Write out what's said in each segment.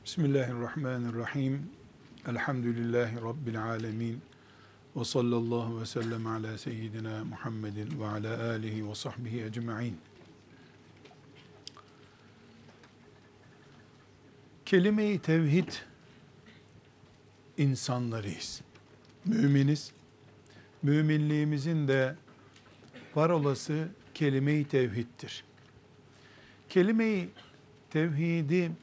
Bismillahirrahmanirrahim. Elhamdülillahi Rabbil alemin. Ve sallallahu ve sellem ala seyyidina Muhammedin ve ala alihi ve sahbihi ecma'in. Kelime-i tevhid insanlarıyız. Müminiz. Müminliğimizin de parolası kelime-i tevhiddir. Kelime-i tevhidi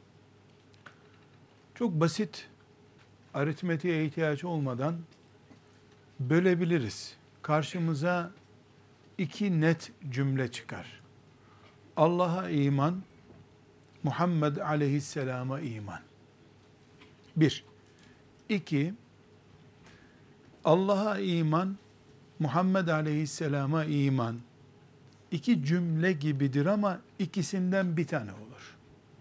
çok basit, aritmetiğe ihtiyaç olmadan bölebiliriz. Karşımıza iki net cümle çıkar. Allah'a iman, Muhammed aleyhisselama iman. Bir. İki, Allah'a iman, Muhammed aleyhisselama iman. İki cümle gibidir ama ikisinden bir tane olur.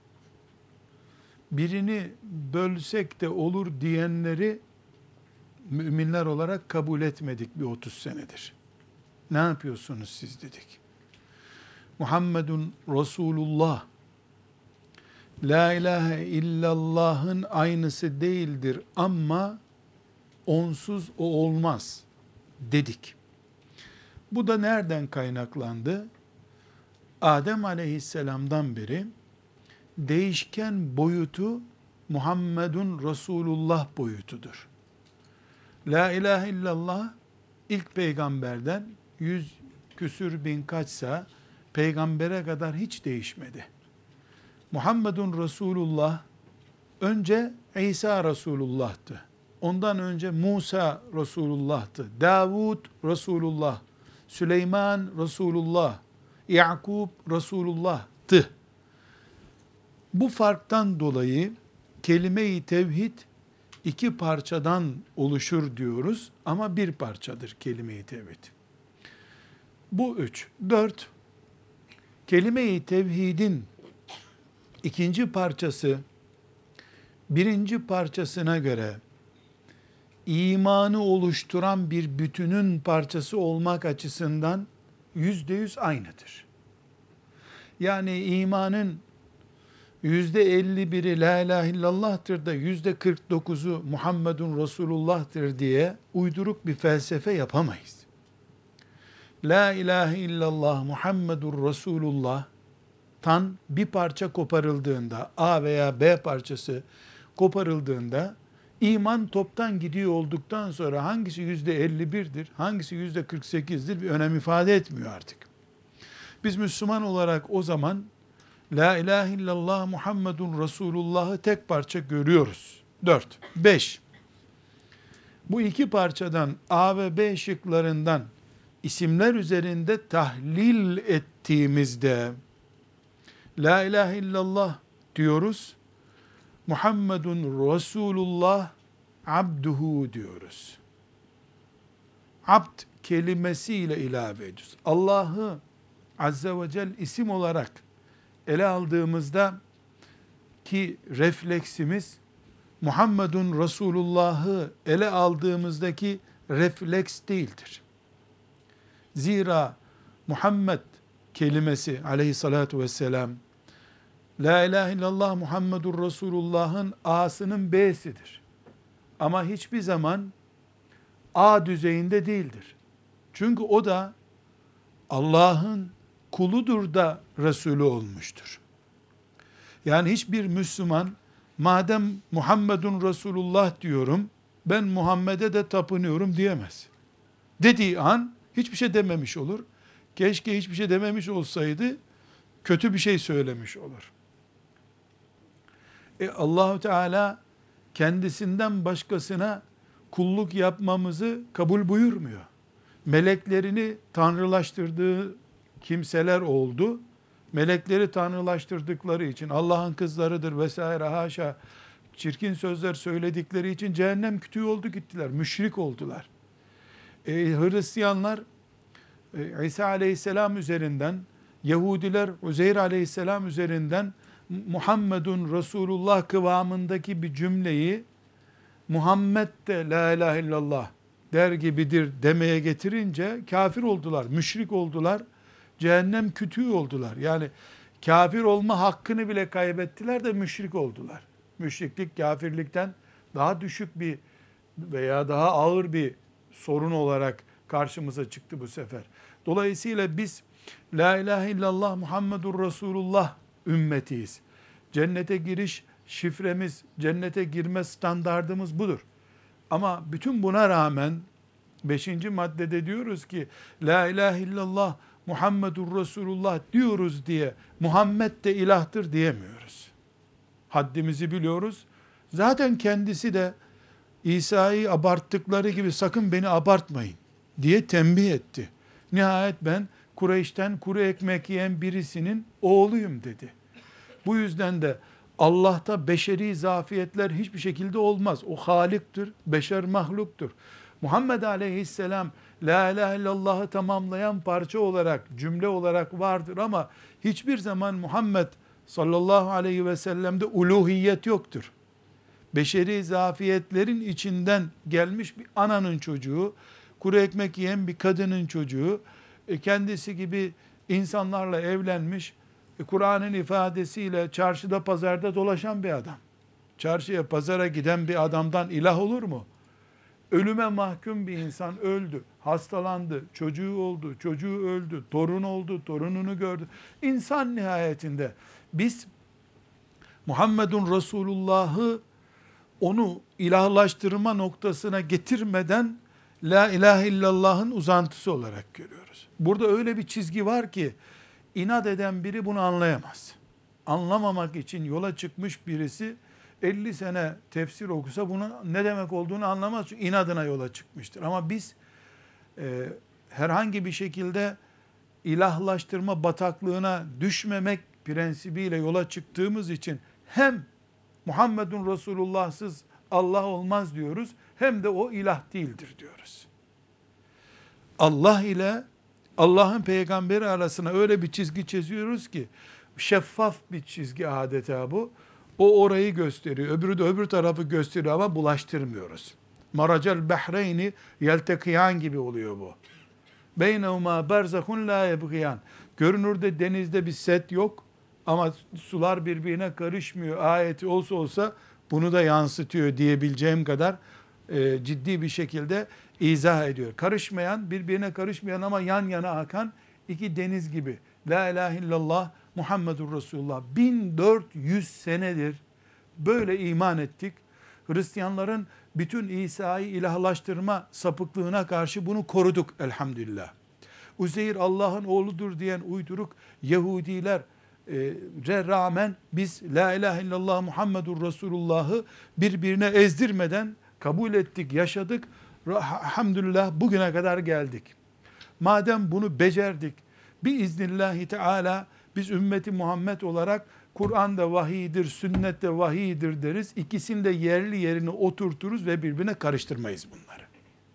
Birini bölsek de olur diyenleri müminler olarak kabul etmedik bir 30 senedir. Ne yapıyorsunuz siz dedik. Muhammedun Resulullah, La ilahe illallah'ın aynısı değildir ama onsuz o olmaz dedik. Bu da nereden kaynaklandı? Adem aleyhisselamdan beri değişken boyutu Muhammedun Resulullah boyutudur. La ilahe illallah ilk peygamberden 100 küsür bin kaçsa peygambere kadar hiç değişmedi. Muhammedun Resulullah önce İsa Resulullah'tı. Ondan önce Musa Resulullah'tı. Davud Resulullah, Süleyman Resulullah, Yakub Resulullah'tı. Bu farktan dolayı kelime-i tevhid iki parçadan oluşur diyoruz ama bir parçadır kelime-i tevhid. Bu üç. Dört, kelime-i tevhidin ikinci parçası birinci parçasına göre imanı oluşturan bir bütünün parçası olmak açısından %100 aynıdır. Yani imanın %51'i la ilahe illallah'tır da %49'u Muhammedun Resulullah'tır diye uyduruk bir felsefe yapamayız. La ilahe illallah Muhammedur Resulullah tan bir parça koparıldığında, A veya B parçası koparıldığında iman toptan gidiyor olduktan sonra hangisi %51'dir, hangisi %48'dir bir önem ifade etmiyor artık. Biz Müslüman olarak o zaman La ilahe illallah Muhammedun Resulullah'ı tek parça görüyoruz. 4. 5. Bu iki parçadan A ve B şıklarından isimler üzerinde tahlil ettiğimizde La ilahe illallah diyoruz. Muhammedun Resulullah abduhu diyoruz. Abd kelimesiyle ilave ediyoruz. Allah'ı Azze ve Celle isim olarak ele aldığımızda ki refleksimiz Muhammedun Resulullah'ı ele aldığımızdaki refleks değildir. Zira Muhammed kelimesi aleyhissalatu vesselam La ilahe illallah Muhammedur Resulullah'ın A'sının B'sidir. Ama hiçbir zaman A düzeyinde değildir. Çünkü o da Allah'ın kuludur da Resulü olmuştur. Yani hiçbir Müslüman madem Muhammedun Resulullah diyorum ben Muhammed'e de tapınıyorum diyemez. Dediği an hiçbir şey dememiş olur. Keşke hiçbir şey dememiş olsaydı kötü bir şey söylemiş olur. Allahu Teala kendisinden başkasına kulluk yapmamızı kabul buyurmuyor. Meleklerini tanrılaştırdığı kimseler oldu. Melekleri tanrılaştırdıkları için Allah'ın kızlarıdır vesaire haşa çirkin sözler söyledikleri için cehennem kütüğü oldu gittiler. Müşrik oldular. Hristiyanlar İsa aleyhisselam üzerinden, Yahudiler Uzeyr aleyhisselam üzerinden Muhammedun Resulullah kıvamındaki bir cümleyi Muhammed de la ilahe illallah der gibidir demeye getirince kafir oldular, müşrik oldular, cehennem kütüğü oldular. Yani kafir olma hakkını bile kaybettiler de müşrik oldular. müşriklik, kafirlikten daha düşük bir veya daha ağır bir sorun olarak karşımıza çıktı bu sefer. Dolayısıyla biz La ilahe illallah Muhammedur Resulullah ümmetiyiz. Cennete giriş şifremiz, cennete girme standardımız budur. Ama bütün buna rağmen 5. maddede diyoruz ki La ilahe illallah Muhammedur Resulullah diyoruz diye Muhammed de ilahtır diyemiyoruz. Haddimizi biliyoruz. Zaten kendisi de İsa'yı abarttıkları gibi sakın beni abartmayın diye tembih etti. Nihayet ben Kureyş'ten kuru ekmek yiyen birisinin oğluyum dedi. Bu yüzden de Allah'ta beşeri zafiyetler hiçbir şekilde olmaz. O Halik'tir, beşer mahluktur. Muhammed Aleyhisselam La ilahe illallah'ı tamamlayan parça olarak, cümle olarak vardır ama hiçbir zaman Muhammed sallallahu aleyhi ve sellem'de uluhiyet yoktur. Beşeri zafiyetlerin içinden gelmiş bir ananın çocuğu, kuru ekmek yiyen bir kadının çocuğu, kendisi gibi insanlarla evlenmiş, Kur'an'ın ifadesiyle çarşıda pazarda dolaşan bir adam. Çarşıya pazara giden bir adamdan ilah olur mu? Ölüme mahkum bir insan öldü, hastalandı, çocuğu oldu, çocuğu öldü, torun oldu, torununu gördü. İnsan nihayetinde biz Muhammedun Resulullah'ı onu ilahlaştırma noktasına getirmeden La ilahe illallah'ın uzantısı olarak görüyoruz. Burada öyle bir çizgi var ki inat eden biri bunu anlayamaz. Anlamamak için yola çıkmış birisi 50 sene tefsir okusa bunun ne demek olduğunu anlamaz. Çünkü inadına yola çıkmıştır. Ama biz herhangi bir şekilde ilahlaştırma bataklığına düşmemek prensibiyle yola çıktığımız için hem Muhammedun Resulullah'sız Allah olmaz diyoruz, hem de o ilah değildir diyoruz. Allah ile Allah'ın peygamberi arasına öyle bir çizgi çiziyoruz ki, şeffaf bir çizgi adeta bu. O orayı gösteriyor, öbürü de öbür tarafı gösteriyor ama bulaştırmıyoruz. Maracel behreyni yeltekiyan gibi oluyor bu. Beynehuma berzahun la yebgiyan. Görünürde denizde bir set yok ama sular birbirine karışmıyor. Ayeti olsa bunu da yansıtıyor diyebileceğim kadar ciddi bir şekilde izah ediyor. Karışmayan, birbirine karışmayan ama yan yana akan iki deniz gibi. La ilahe illallah Muhammedur Resulullah. 1400 senedir böyle iman ettik. Hristiyanların bütün İsa'yı ilahlaştırma sapıklığına karşı bunu koruduk elhamdülillah. Uzeyr Allah'ın oğludur diyen uyduruk Yahudiler rağmen biz La ilahe illallah Muhammedur Resulullah'ı birbirine ezdirmeden kabul ettik, yaşadık. Elhamdülillah bugüne kadar geldik. Madem bunu becerdik, biiznillahü teala biz ümmeti Muhammed olarak Kur'an'da vahiydir, sünnette vahiydir deriz. İkisini de yerli yerine oturturuz ve birbirine karıştırmayız bunları.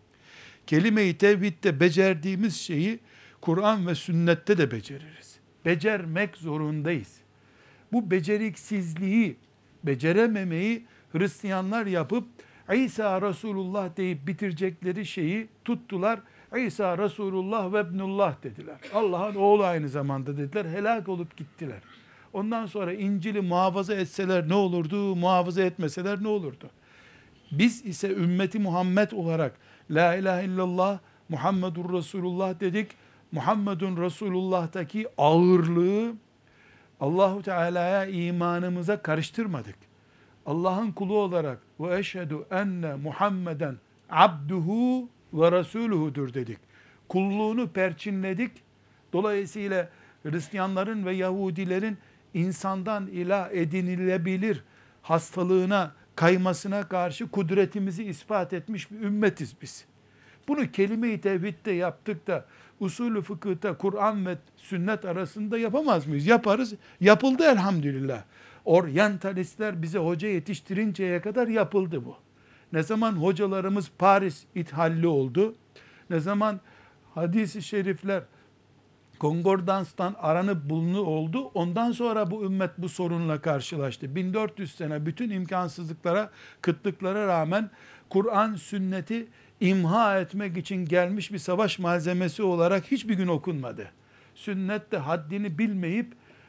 Kelime-i tevhidde becerdiğimiz şeyi Kur'an ve sünnette de beceririz. Becermek zorundayız. Bu beceriksizliği, becerememeyi Hristiyanlar yapıp İsa Resulullah deyip bitirecekleri şeyi tuttular. İsa Resulullah ve İbnullah dediler. Allah'ın oğlu aynı zamanda dediler. Helak olup gittiler. Ondan sonra İncil'i muhafaza etseler ne olurdu? Muhafaza etmeseler ne olurdu? Biz ise ümmeti Muhammed olarak La ilahe illallah Muhammedur Resulullah dedik. Muhammedun Resulullah'taki ağırlığı Allahu Teala'ya imanımıza karıştırmadık. Allah'ın kulu olarak ve eşhedü enne Muhammeden abduhu ve resuluhudur dedik. Kulluğunu perçinledik. Dolayısıyla Hristiyanların ve Yahudilerin insandan ilah edinilebilir hastalığına, kaymasına karşı kudretimizi ispat etmiş bir ümmetiz biz. Bunu kelime-i tevhidde yaptık da usulü fıkıhta Kur'an ve sünnet arasında yapamaz mıyız? Yaparız. Yapıldı elhamdülillah. Oryantalistler bize hoca yetiştirinceye kadar yapıldı bu. Ne zaman hocalarımız Paris ithalli oldu, ne zaman hadis-i şerifler konkordanstan aranıp bulunu oldu, ondan sonra bu ümmet bu sorunla karşılaştı. 1400 sene bütün imkansızlıklara, kıtlıklara rağmen Kur'an, sünneti imha etmek için gelmiş bir savaş malzemesi olarak hiçbir gün okunmadı. Sünnet de haddini bilmeyip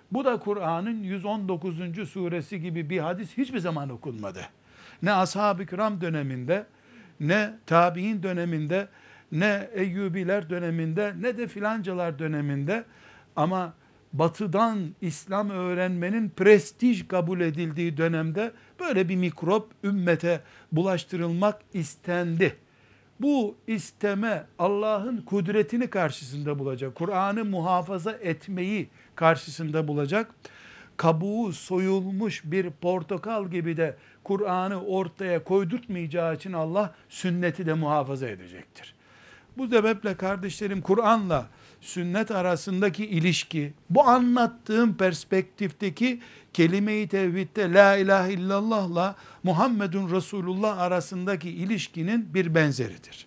Bu da Kur'an'ın 119. suresi gibi bir hadis hiçbir zaman okunmadı. Ne ashab-ı kiram döneminde, ne tabi'in döneminde, ne Eyyubiler döneminde, ne de filancalar döneminde. Ama batıdan İslam öğrenmenin prestij kabul edildiği dönemde böyle bir mikrop ümmete bulaştırılmak istendi. Bu isteme Allah'ın kudretini karşısında bulacak. Kur'an'ı muhafaza etmeyi karşısında bulacak. Kabuğu soyulmuş bir portakal gibi de Kur'an'ı ortaya koydurtmayacağı için Allah sünneti de muhafaza edecektir. Bu sebeple kardeşlerim, Kur'an'la sünnet arasındaki ilişki, bu anlattığım perspektifteki kelime-i tevhidde la ilahe illallah'la Muhammedun Resulullah arasındaki ilişkinin bir benzeridir.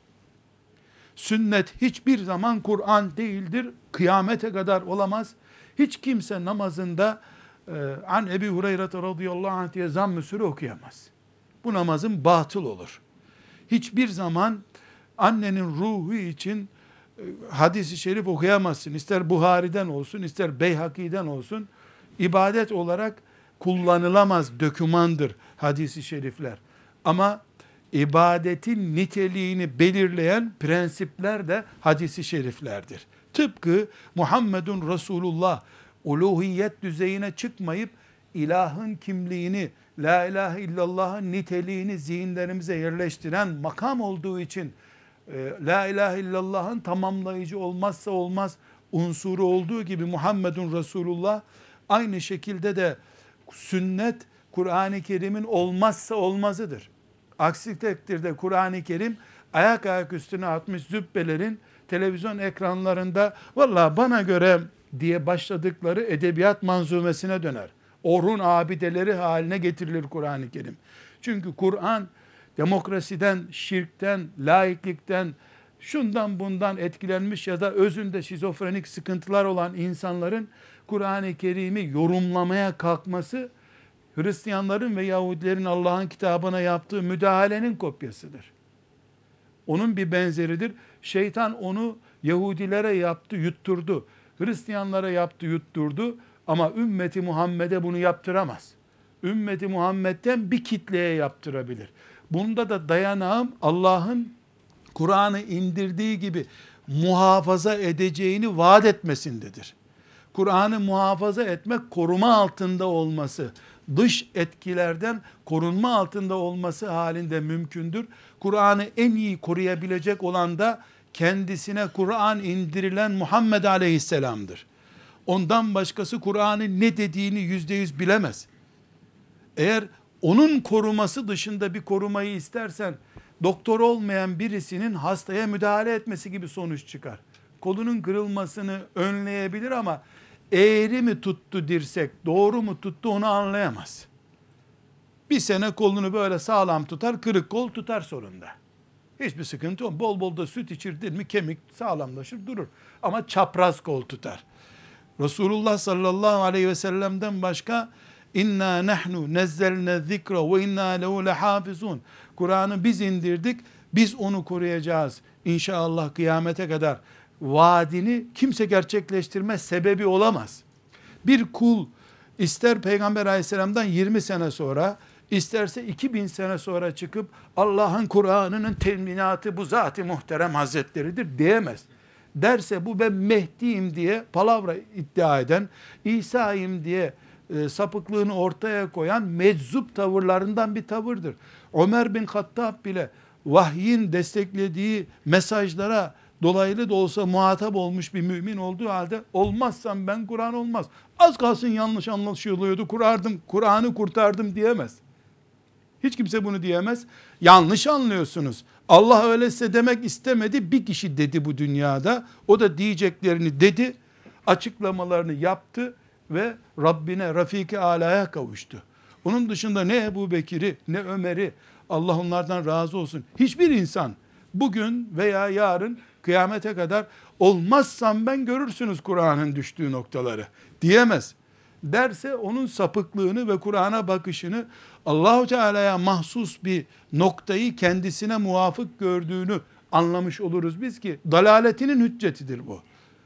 Sünnet hiçbir zaman Kur'an değildir, kıyamete kadar olamaz. Hiç kimse namazında an Ebi Hureyre radıyallahu anh diye zamm-ı sure okuyamaz. Bu namazın batıl olur. Hiçbir zaman annenin ruhu için hadis-i şerif okuyamazsın. İster Buhari'den olsun, ister Beyhaki'den olsun. İbadet olarak kullanılamaz dokümandır hadis-i şerifler. Ama ibadetin niteliğini belirleyen prensipler de hadis-i şeriflerdir. Tıpkı Muhammedun Resulullah uluhiyet düzeyine çıkmayıp ilahın kimliğini, la ilahe illallah'ın niteliğini zihinlerimize yerleştiren makam olduğu için la ilahe illallah'ın tamamlayıcı olmazsa olmaz unsuru olduğu gibi Muhammedun Resulullah aynı şekilde de sünnet Kur'an-ı Kerim'in olmazsa olmazıdır. Aksi takdirde Kur'an-ı Kerim ayak üstüne atmış zübbelerin televizyon ekranlarında vallahi bana göre diye başladıkları edebiyat manzumesine döner. Orhun abideleri haline getirilir Kur'an-ı Kerim. Çünkü Kur'an demokrasiden, şirkten, laiklikten, şundan bundan etkilenmiş ya da özünde şizofrenik sıkıntılar olan insanların Kur'an-ı Kerim'i yorumlamaya kalkması, Hristiyanların ve Yahudilerin Allah'ın kitabına yaptığı müdahalenin kopyasıdır. Onun bir benzeridir. Şeytan onu Yahudilere yaptı, yutturdu. Hristiyanlara yaptı, yutturdu. Ama ümmeti Muhammed'e bunu yaptıramaz. Ümmeti Muhammed'den bir kitleye yaptırabilir. Bunda da dayanağım Allah'ın Kur'an'ı indirdiği gibi muhafaza edeceğini vaat etmesindedir. Kur'an'ı muhafaza etmek koruma altında olması, dış etkilerden korunma altında olması halinde mümkündür. Kur'an'ı en iyi koruyabilecek olan da kendisine Kur'an indirilen Muhammed Aleyhisselam'dır. Ondan başkası Kur'an'ın ne dediğini %100 bilemez. Eğer onun koruması dışında bir korumayı istersen, doktor olmayan birisinin hastaya müdahale etmesi gibi sonuç çıkar. Kolunun kırılmasını önleyebilir ama eğri mi tuttu dirsek, doğru mu tuttu onu anlayamaz. Bir sene kolunu böyle sağlam tutar, kırık kol tutar sonunda. Hiçbir sıkıntı yok. Bol bol da süt içirdin mi kemik sağlamlaşır durur. Ama çapraz kol tutar. Resulullah sallallahu aleyhi ve sellem'den başka İnna nahnu nezzelne zikra ve inna lehu lehafizun. Kur'an'ı biz indirdik, biz onu koruyacağız. İnşallah kıyamete kadar vaadini kimse gerçekleştirmez, sebebi olamaz. Bir kul ister Peygamber aleyhisselamdan 20 sene sonra, isterse 2000 sene sonra çıkıp Allah'ın Kur'an'ının teminatı bu zat-ı muhterem hazretleridir diyemez. Derse bu ben Mehdi'yim diye palavra iddia eden, İsa'yım diye sapıklığını ortaya koyan meczup tavırlarından bir tavırdır. Ömer bin Hattab bile vahyin desteklediği mesajlara dolaylı da olsa muhatap olmuş bir mümin olduğu halde olmazsam ben Kur'an olmaz. Az kalsın yanlış anlaşılıyordu, Kur'an'ı kurtardım diyemez. Hiç kimse bunu diyemez. Yanlış anlıyorsunuz. Allah öyleyse demek istemedi. Bir kişi dedi bu dünyada. O da diyeceklerini dedi. Açıklamalarını yaptı ve Rabbine Rafik-i Ala'ya kavuştu. Onun dışında ne Ebu Bekir'i ne Ömer'i, Allah onlardan razı olsun, hiçbir insan bugün veya yarın kıyamete kadar olmazsam ben görürsünüz Kur'an'ın düştüğü noktaları diyemez. Derse onun sapıklığını ve Kur'an'a bakışını, Allah-u Teala'ya mahsus bir noktayı kendisine muvafık gördüğünü anlamış oluruz biz ki dalaletinin hüccetidir bu.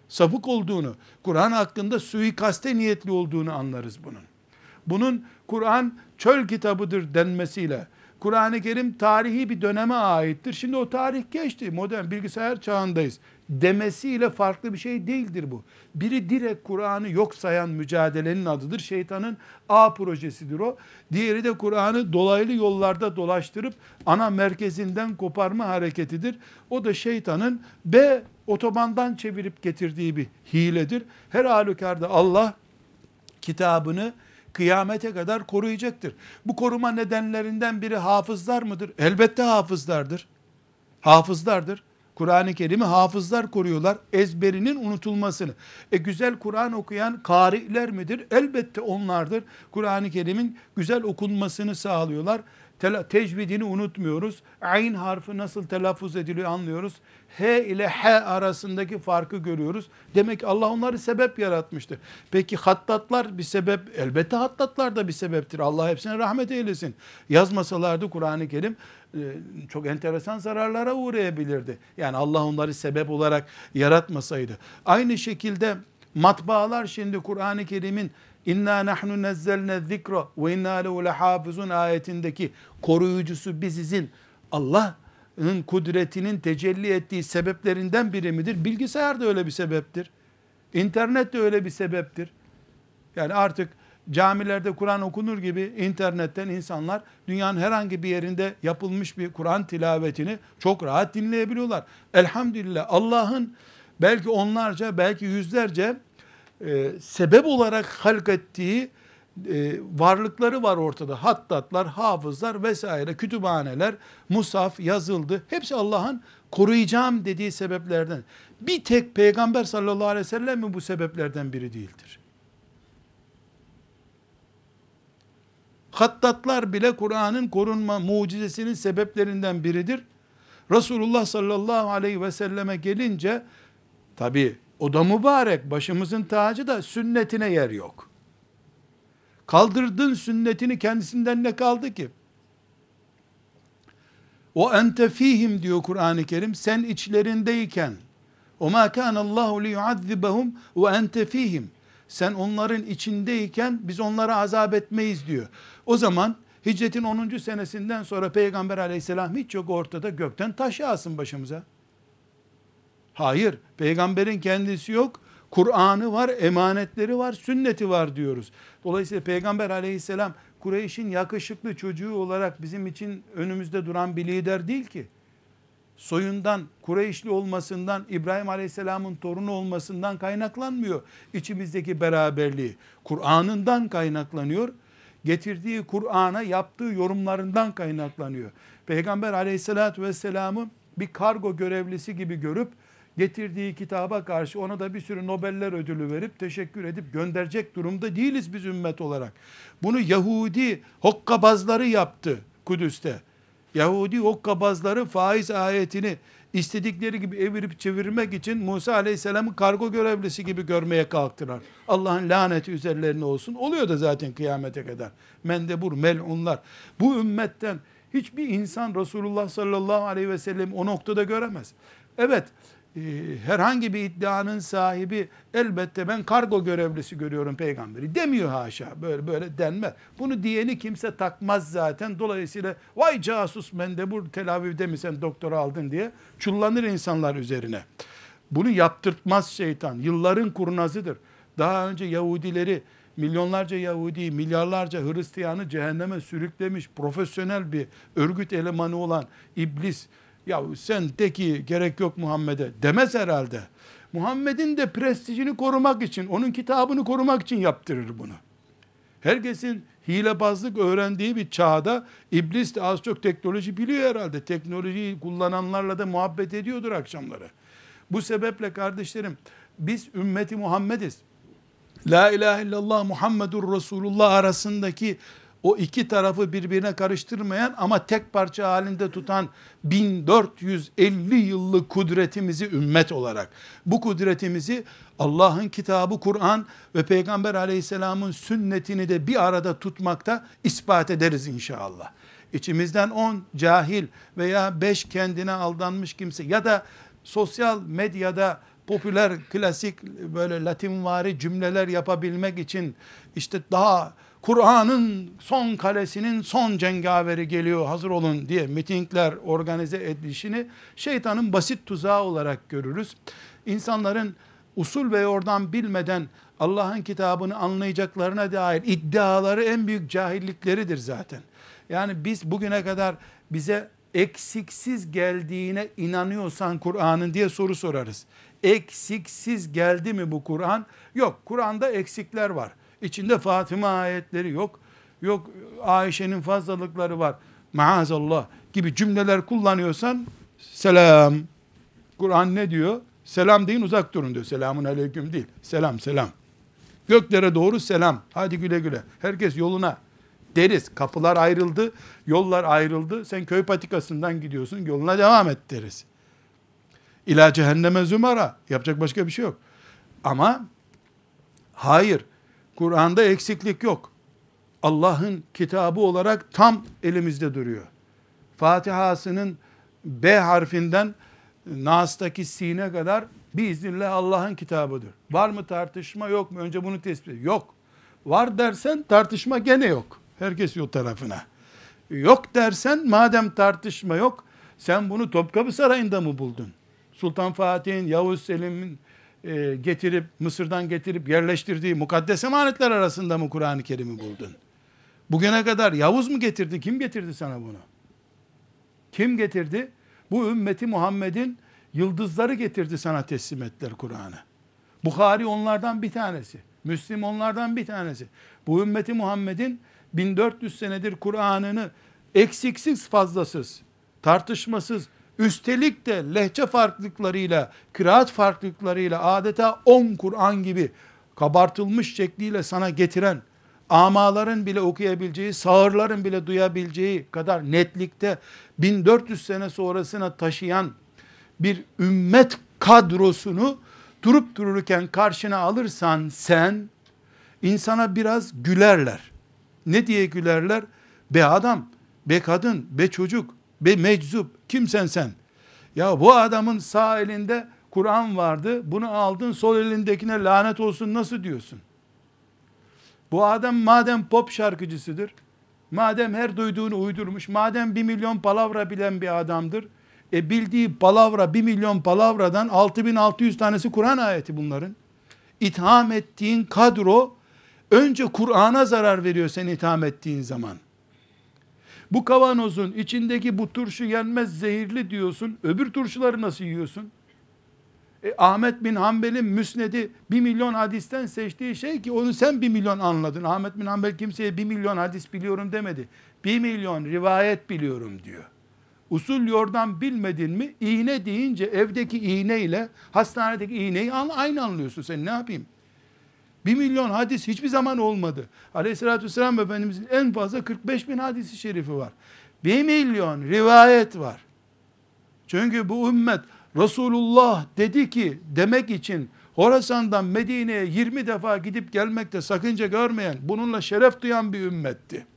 sapık olduğunu, Kur'an hakkında suikaste niyetli olduğunu anlarız bunun. Bunun Kur'an çöl kitabıdır denmesiyle, Kur'an-ı Kerim tarihi bir döneme aittir. Şimdi o tarih geçti. Modern bilgisayar çağındayız demesiyle farklı bir şey değildir bu. Biri direkt Kur'an'ı yok sayan mücadelenin adıdır. Şeytanın A projesidir o. Diğeri de Kur'an'ı dolaylı yollarda dolaştırıp ana merkezinden koparma hareketidir. O da şeytanın B otobandan çevirip getirdiği bir hiledir. Her halükarda Allah kitabını kıyamete kadar koruyacaktır. Bu koruma nedenlerinden biri hafızlar mıdır? Elbette hafızlardır. Hafızlardır. Kur'an-ı Kerim'i hafızlar koruyorlar. Ezberinin unutulmasını. Güzel Kur'an okuyan kariler midir? Elbette onlardır. Kur'an-ı Kerim'in güzel okunmasını sağlıyorlar. Tecvidini unutmuyoruz. Ayn harfi nasıl telaffuz ediliyor anlıyoruz. H ile H arasındaki farkı görüyoruz. Demek ki Allah onları sebep yaratmıştır. Peki hattatlar bir sebep, elbette hattatlar da bir sebeptir. Allah hepsine rahmet eylesin. Yazmasalardı Kur'an-ı Kerim çok enteresan zararlara uğrayabilirdi. Yani Allah onları sebep olarak yaratmasaydı. Aynı şekilde matbaalar şimdi Kur'an-ı Kerim'in İnna nahnu nezzelne zikra ve inna lehu lehafizun ayetindeki koruyucusu bizizin Allah'ın kudretinin tecelli ettiği sebeplerinden biri midir? Bilgisayar da öyle bir sebeptir. İnternet de öyle bir sebeptir. Yani artık camilerde Kur'an okunur gibi internetten insanlar dünyanın herhangi bir yerinde yapılmış bir Kur'an tilavetini çok rahat dinleyebiliyorlar. Elhamdülillah Allah'ın belki onlarca belki yüzlerce sebep olarak halk ettiği varlıkları var ortada. Hattatlar, hafızlar vesaire, kütüphaneler, musaf yazıldı. Hepsi Allah'ın koruyacağım dediği sebeplerden. Bir tek Peygamber sallallahu aleyhi ve sellem mi bu sebeplerden biri değildir? Hattatlar bile Kur'an'ın korunma mucizesinin sebeplerinden biridir. Resulullah sallallahu aleyhi ve selleme gelince, tabi o da mübarek, başımızın tacı da sünnetine yer yok. Kaldırdın sünnetini, kendisinden ne kaldı ki? O ente fihim diyor Kur'an-ı Kerim, sen içlerindeyken, o ma kana Allahu li yuazzibahum ve ente fihim. Sen onların içindeyken biz onlara azap etmeyiz diyor. O zaman hicretin 10. senesinden sonra Peygamber aleyhisselam hiç yok ortada, gökten taş yağsın başımıza. Hayır, peygamberin kendisi yok. Kur'an'ı var, emanetleri var, sünneti var diyoruz. Dolayısıyla Peygamber aleyhisselam Kureyş'in yakışıklı çocuğu olarak bizim için önümüzde duran bir lider değil ki. Soyundan, Kureyşli olmasından, İbrahim aleyhisselamın torunu olmasından kaynaklanmıyor. İçimizdeki beraberliği Kur'an'ından kaynaklanıyor. Getirdiği Kur'an'a yaptığı yorumlarından kaynaklanıyor. Peygamber aleyhissalatü vesselam'ı bir kargo görevlisi gibi görüp getirdiği kitaba karşı ona da bir sürü Nobeller ödülü verip teşekkür edip gönderecek durumda değiliz biz ümmet olarak. Bunu Yahudi hokkabazları yaptı Kudüs'te. Yahudi hokkabazları faiz ayetini istedikleri gibi evirip çevirmek için Musa Aleyhisselam'ı kargo görevlisi gibi görmeye kalktılar. Allah'ın laneti üzerlerine olsun. Oluyor da zaten kıyamete kadar. Mendebur, melunlar. Bu ümmetten hiçbir insan Resulullah sallallahu aleyhi ve sellem o noktada göremez. Evet, herhangi bir iddianın sahibi elbette ben kargo görevlisi görüyorum peygamberi demiyor, haşa, böyle denmez. Bunu diyeni kimse takmaz zaten. Dolayısıyla vay casus mendebur, Tel Aviv'de mi sen doktora aldın diye çullanır insanlar üzerine. Bunu yaptırtmaz şeytan. Yılların kurnazıdır. Daha önce Yahudileri, milyonlarca Yahudi, milyarlarca Hristiyanı cehenneme sürüklemiş profesyonel bir örgüt elemanı olan iblis, ya sen de ki gerek yok Muhammed'e demez herhalde. Muhammed'in de prestijini korumak için, onun kitabını korumak için yaptırır bunu. Herkesin hilebazlık öğrendiği bir çağda iblis de az çok teknoloji biliyor herhalde. Teknolojiyi kullananlarla da muhabbet ediyordur akşamları. Bu sebeple kardeşlerim, biz ümmeti Muhammediz. La ilahe illallah Muhammedur Resulullah arasındaki o iki tarafı birbirine karıştırmayan ama tek parça halinde tutan 1450 yıllık kudretimizi ümmet olarak, bu kudretimizi Allah'ın kitabı Kur'an ve Peygamber aleyhisselamın sünnetini de bir arada tutmakta ispat ederiz inşallah. İçimizden 10 cahil veya 5 kendine aldanmış kimse ya da sosyal medyada popüler, klasik böyle Latinvari cümleler yapabilmek için işte daha Kur'an'ın son kalesinin son cengaveri geliyor hazır olun diye mitingler organize edilişini şeytanın basit tuzağı olarak görürüz. İnsanların usul ve yordam bilmeden Allah'ın kitabını anlayacaklarına dair iddiaları en büyük cahillikleridir zaten. Yani biz bugüne kadar bize eksiksiz geldiğine inanıyorsan Kur'an'ın diye soru sorarız. Eksiksiz geldi mi bu Kur'an? Yok, Kur'an'da eksikler var. İçinde Fatıma ayetleri yok. Yok Ayşe'nin fazlalıkları var. Maazallah gibi cümleler kullanıyorsan selam. Kur'an ne diyor? Selam deyin, uzak durun diyor. Selamun aleyküm değil. Selam selam. Göklere doğru selam. Hadi güle güle. Herkes yoluna deriz. Kapılar ayrıldı, yollar ayrıldı. Sen köy patikasından gidiyorsun, yoluna devam et deriz. İlâ cehenneme zümara. Yapacak başka bir şey yok. Ama hayır, Kur'an'da eksiklik yok. Allah'ın kitabı olarak tam elimizde duruyor. Fatiha'sının B harfinden Nas'taki Sin'e kadar biiznillah Allah'ın kitabıdır. Var mı tartışma, yok mu? Önce bunu tespit et. Yok. Var dersen tartışma gene yok. Herkes yok tarafına. Yok dersen madem tartışma yok, sen bunu Topkapı Sarayı'nda mı buldun? Sultan Fatih'in, Yavuz Selim'in getirip Mısır'dan getirip yerleştirdiği mukaddes emanetler arasında mı Kur'an-ı Kerim'i buldun? Bugüne kadar Yavuz mu getirdi? Kim getirdi sana bunu? Kim getirdi? Bu ümmeti Muhammed'in yıldızları getirdi, sana teslim ettiler Kur'an'ı. Bukhari onlardan bir tanesi. Müslim onlardan bir tanesi. Bu ümmeti Muhammed'in 1400 senedir Kur'an'ını eksiksiz fazlasız, tartışmasız, üstelik de lehçe farklılıklarıyla, kıraat farklılıklarıyla adeta 10 Kur'an gibi kabartılmış şekliyle sana getiren, amaların bile okuyabileceği, sağırların bile duyabileceği kadar netlikte 1400 sene sonrasına taşıyan bir ümmet kadrosunu durup dururken karşına alırsan sen, insana biraz gülerler. Ne diye gülerler? Be adam, be kadın, be çocuk, be meczup, kimsen sen? Ya bu adamın sağ elinde Kur'an vardı, bunu aldın, sol elindekine lanet olsun nasıl diyorsun? Bu adam madem pop şarkıcısıdır, madem her duyduğunu uydurmuş, madem 1 milyon palavra bilen bir adamdır, bildiği palavra 1 milyon palavradan 6600 tanesi Kur'an ayeti bunların. İtham ettiğin kadro önce Kur'an'a zarar veriyor sen itham ettiğin zaman. Bu kavanozun içindeki bu turşu yenmez zehirli diyorsun. Öbür turşuları nasıl yiyorsun? Ahmet bin Hanbel'in müsnedi 1 milyon hadisten seçtiği şey ki onu sen 1 milyon anladın. Ahmet bin Hanbel kimseye 1 milyon hadis biliyorum demedi. 1 milyon rivayet biliyorum diyor. Usul yordam bilmedin mi? İğne deyince evdeki iğne ile hastanedeki iğneyi aynı anlıyorsun. Sen ne yapayım? 1 milyon hadis hiçbir zaman olmadı. Aleyhissalatü vesselam Efendimizin en fazla 45 bin hadisi şerifi var. 1 milyon rivayet var. Çünkü bu ümmet Resulullah dedi ki demek için Horasan'dan Medine'ye 20 defa gidip gelmekte sakınca görmeyen, bununla şeref duyan bir ümmetti.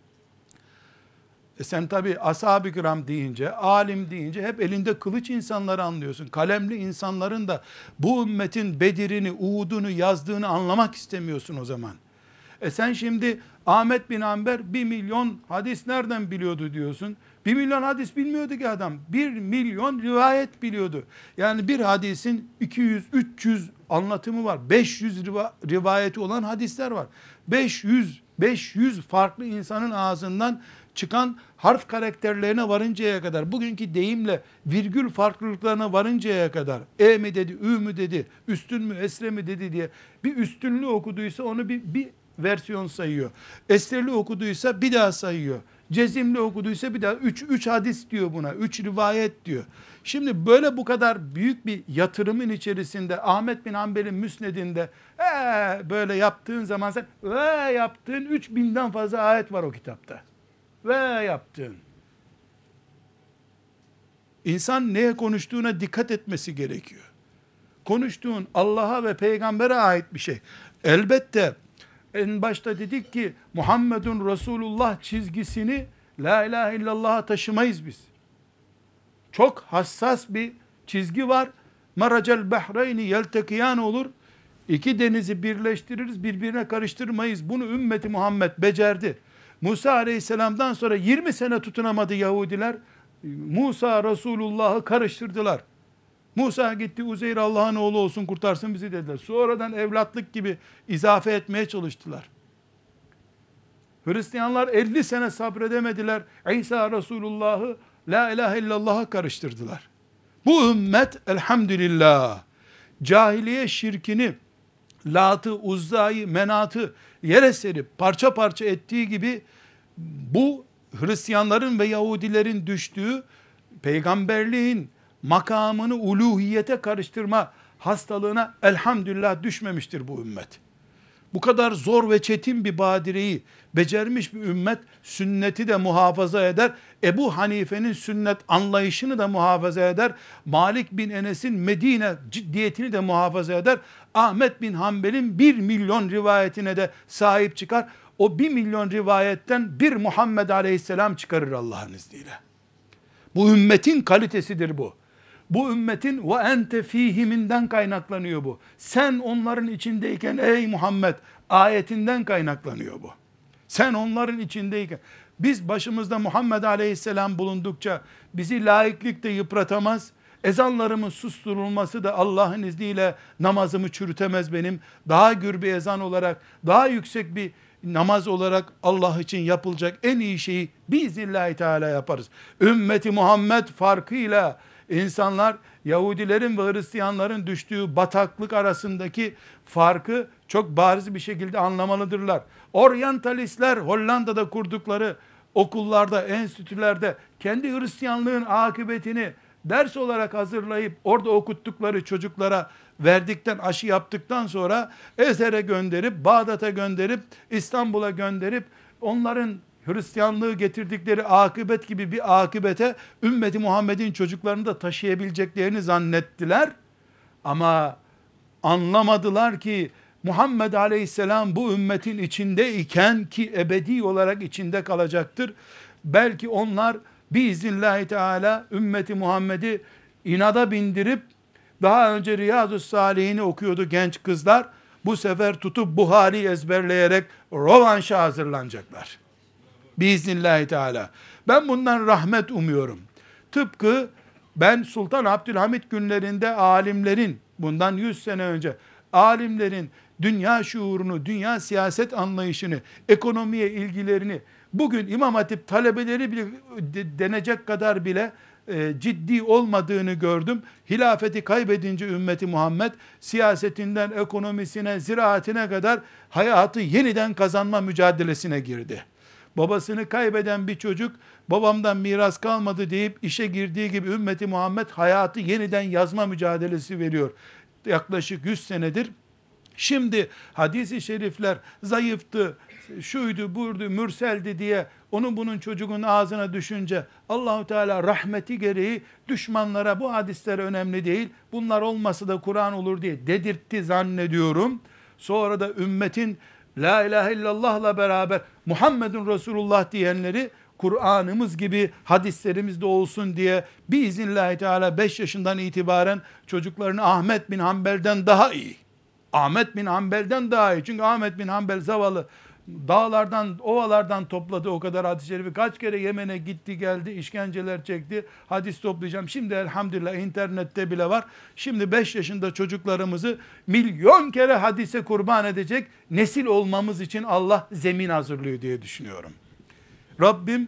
Sen tabi ashab-ı kiram deyince, alim deyince hep elinde kılıç insanları anlıyorsun. Kalemli insanların da bu ümmetin Bedir'ini, Uhud'unu yazdığını anlamak istemiyorsun o zaman. Sen şimdi Ahmet bin Hanbel 1 milyon hadis nereden biliyordu diyorsun. 1 milyon hadis bilmiyordu ki adam. 1 milyon rivayet biliyordu. Yani bir hadisin 200, 300 anlatımı var. 500 rivayeti olan hadisler var. 500 farklı insanın ağzından çıkan harf karakterlerine varıncaya kadar, bugünkü deyimle virgül farklılıklarına varıncaya kadar, mi dedi, mü dedi, üstün mü, esre mi dedi diye bir üstünlüğü okuduysa onu bir versiyon sayıyor. Esreli okuduysa bir daha sayıyor. Cezimli okuduysa bir daha 3 hadis diyor buna. 3 rivayet diyor. Şimdi böyle bu kadar büyük bir yatırımın içerisinde Ahmet bin Hanbel'in müsnedinde böyle yaptığın zaman sen yaptığın 3000'den fazla ayet var o kitapta. Yaptığın. İnsan neye konuştuğuna dikkat etmesi gerekiyor. Konuştuğun Allah'a ve peygambere ait bir şey. Elbette en başta dedik ki Muhammedun Resulullah çizgisini la ilahe illallah'a taşımayız biz. Çok hassas bir çizgi var. Maracel behreyni yeltekiyan olur. İki denizi birleştiririz, birbirine karıştırmayız. Bunu ümmeti Muhammed becerdi. Musa aleyhisselamdan sonra 20 sene tutunamadı Yahudiler. Musa Resulullah'ı karıştırdılar. Musa gitti, Uzeyr Allah'ın oğlu olsun kurtarsın bizi dediler. Sonradan evlatlık gibi izafe etmeye çalıştılar. Hristiyanlar 50 sene sabredemediler. İsa Resulullah'ı la ilahe illallah'a karıştırdılar. Bu ümmet elhamdülillah cahiliye şirkini, Lat'ı, Uzza'yı, Menat'ı yere serip parça parça ettiği gibi bu Hristiyanların ve Yahudilerin düştüğü peygamberliğin makamını uluhiyete karıştırma hastalığına elhamdülillah düşmemiştir bu ümmet. Bu kadar zor ve çetin bir badireyi becermiş bir ümmet sünneti de muhafaza eder. Ebu Hanife'nin sünnet anlayışını da muhafaza eder. Malik bin Enes'in Medine ciddiyetini de muhafaza eder. Ahmet bin Hanbel'in 1 milyon rivayetine de sahip çıkar. O 1 milyon rivayetten bir Muhammed Aleyhisselam çıkarır Allah'ın izniyle. Bu ümmetin kalitesidir bu. Bu ümmetin ve ente fihiminden kaynaklanıyor bu. Sen onların içindeyken ey Muhammed ayetinden kaynaklanıyor bu. Sen onların içindeyken. Biz başımızda Muhammed Aleyhisselam bulundukça bizi laiklikte yıpratamaz. Ezanlarımın susturulması da Allah'ın izniyle namazımı çürütemez benim. Daha gür bir ezan olarak, daha yüksek bir namaz olarak Allah için yapılacak en iyi şeyi biiznillahü teala yaparız. Ümmeti Muhammed farkıyla insanlar Yahudilerin ve Hristiyanların düştüğü bataklık arasındaki farkı çok bariz bir şekilde anlamalıdırlar. Oryantalistler Hollanda'da kurdukları okullarda, enstitülerde kendi Hristiyanlığın akıbetini ders olarak hazırlayıp orada okuttukları çocuklara verdikten, aşı yaptıktan sonra Ezher'e gönderip, Bağdat'a gönderip, İstanbul'a gönderip onların Hristiyanlığı getirdikleri akıbet gibi bir akıbete ümmeti Muhammed'in çocuklarını da taşıyabileceklerini zannettiler. Ama anlamadılar ki Muhammed Aleyhisselam bu ümmetin içindeyken ki ebedi olarak içinde kalacaktır. Belki onlar biiznillahü teala ümmeti Muhammed'i inada bindirip daha önce Riyazu's-Salihini okuyordu genç kızlar. Bu sefer tutup Buhari ezberleyerek rovanşa hazırlanacaklar. Biiznillahü teala. Ben bundan rahmet umuyorum. Tıpkı ben Sultan Abdülhamit günlerinde alimlerin, bundan 100 sene önce alimlerin dünya şuurunu, dünya siyaset anlayışını, ekonomiye ilgilerini, bugün İmam Hatip talebeleri bile denecek kadar bile ciddi olmadığını gördüm. Hilafeti kaybedince ümmeti Muhammed siyasetinden ekonomisine, ziraatine kadar hayatı yeniden kazanma mücadelesine girdi. Babasını kaybeden bir çocuk babamdan miras kalmadı deyip işe girdiği gibi ümmeti Muhammed hayatı yeniden yazma mücadelesi veriyor. Yaklaşık 100 senedir. Şimdi hadis-i şerifler zayıftı, şuydu, buydu, mürseldi diye onun bunun çocuğun ağzına düşünce Allahu Teala rahmeti gereği düşmanlara bu hadisler önemli değil, bunlar olmasa da Kur'an olur diye dedirtti zannediyorum. Sonra da ümmetin la ilahe illallah'la beraber Muhammedun Resulullah diyenleri Kur'an'ımız gibi hadislerimiz de olsun diye biiznillahü teala 5 yaşından itibaren çocuklarını Ahmet bin Hanbel'den daha iyi. Ahmet bin Hanbel'den daha iyi. Çünkü Ahmet bin Hanbel zavallı dağlardan, ovalardan topladı o kadar hadis-i şerifi. Kaç kere Yemen'e gitti geldi, işkenceler çekti. Hadis toplayacağım. Şimdi elhamdülillah internette bile var. Şimdi 5 yaşında çocuklarımızı milyon kere hadise kurban edecek nesil olmamız için Allah zemin hazırlıyor diye düşünüyorum. Rabbim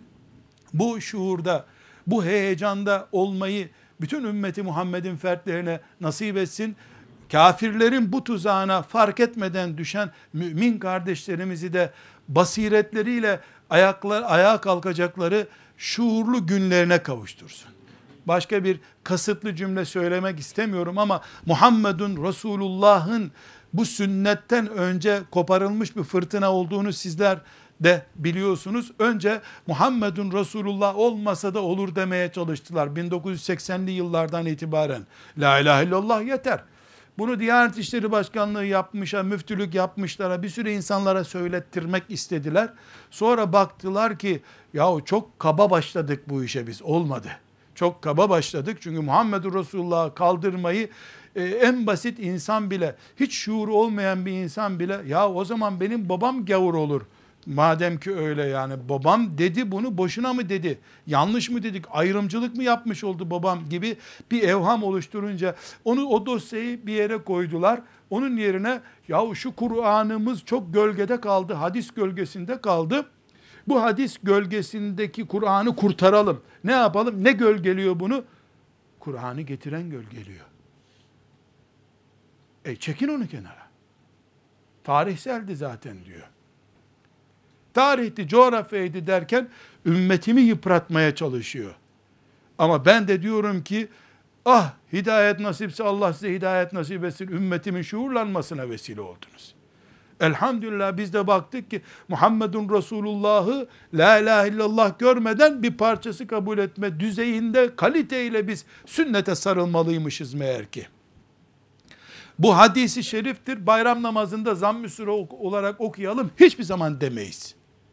bu şuurda, bu heyecanda olmayı bütün ümmeti Muhammed'in fertlerine nasip etsin. Kafirlerin bu tuzağına fark etmeden düşen mümin kardeşlerimizi de basiretleriyle ayağa kalkacakları şuurlu günlerine kavuştursun. Başka bir kasıtlı cümle söylemek istemiyorum ama Muhammedun Resulullah'ın bu sünnetten önce koparılmış bir fırtına olduğunu sizler de biliyorsunuz. Önce Muhammedun Resulullah olmasa da olur demeye çalıştılar 1980'li yıllardan itibaren. La ilahe illallah yeter. Bunu Diyanet İşleri Başkanlığı yapmışa, müftülük yapmışlara, bir sürü insanlara söylettirmek istediler. Sonra baktılar ki yahu çok kaba başladık bu işe biz, olmadı. Çok kaba başladık. Çünkü Muhammedur Resulullah'ı kaldırmayı en basit insan bile, hiç şuuru olmayan bir insan bile, ya o zaman benim babam gavur olur. Madem ki öyle, yani babam dedi, bunu boşuna mı dedi? Yanlış mı dedik? Ayrımcılık mı yapmış oldu babam gibi bir evham oluşturunca o dosyayı bir yere koydular. Onun yerine ya şu Kur'an'ımız çok gölgede kaldı, hadis gölgesinde kaldı. Bu hadis gölgesindeki Kur'an'ı kurtaralım. Ne yapalım? Ne gölgeliyor bunu? Kur'an'ı getiren gölgeliyor. Çekin onu kenara. Tarihseldi zaten diyor. Tarihti, coğrafyaydı derken ümmetimi yıpratmaya çalışıyor. Ama ben de diyorum ki, hidayet nasipse Allah size hidayet nasip etsin, ümmetimin şuurlanmasına vesile oldunuz. Elhamdülillah biz de baktık ki Muhammedun Resulullah'ı la ilahe illallah görmeden bir parçası kabul etme düzeyinde, kaliteyle biz sünnete sarılmalıymışız meğer ki. Bu hadisi şeriftir, bayram namazında zamm-ı sure olarak okuyalım hiçbir zaman demeyiz.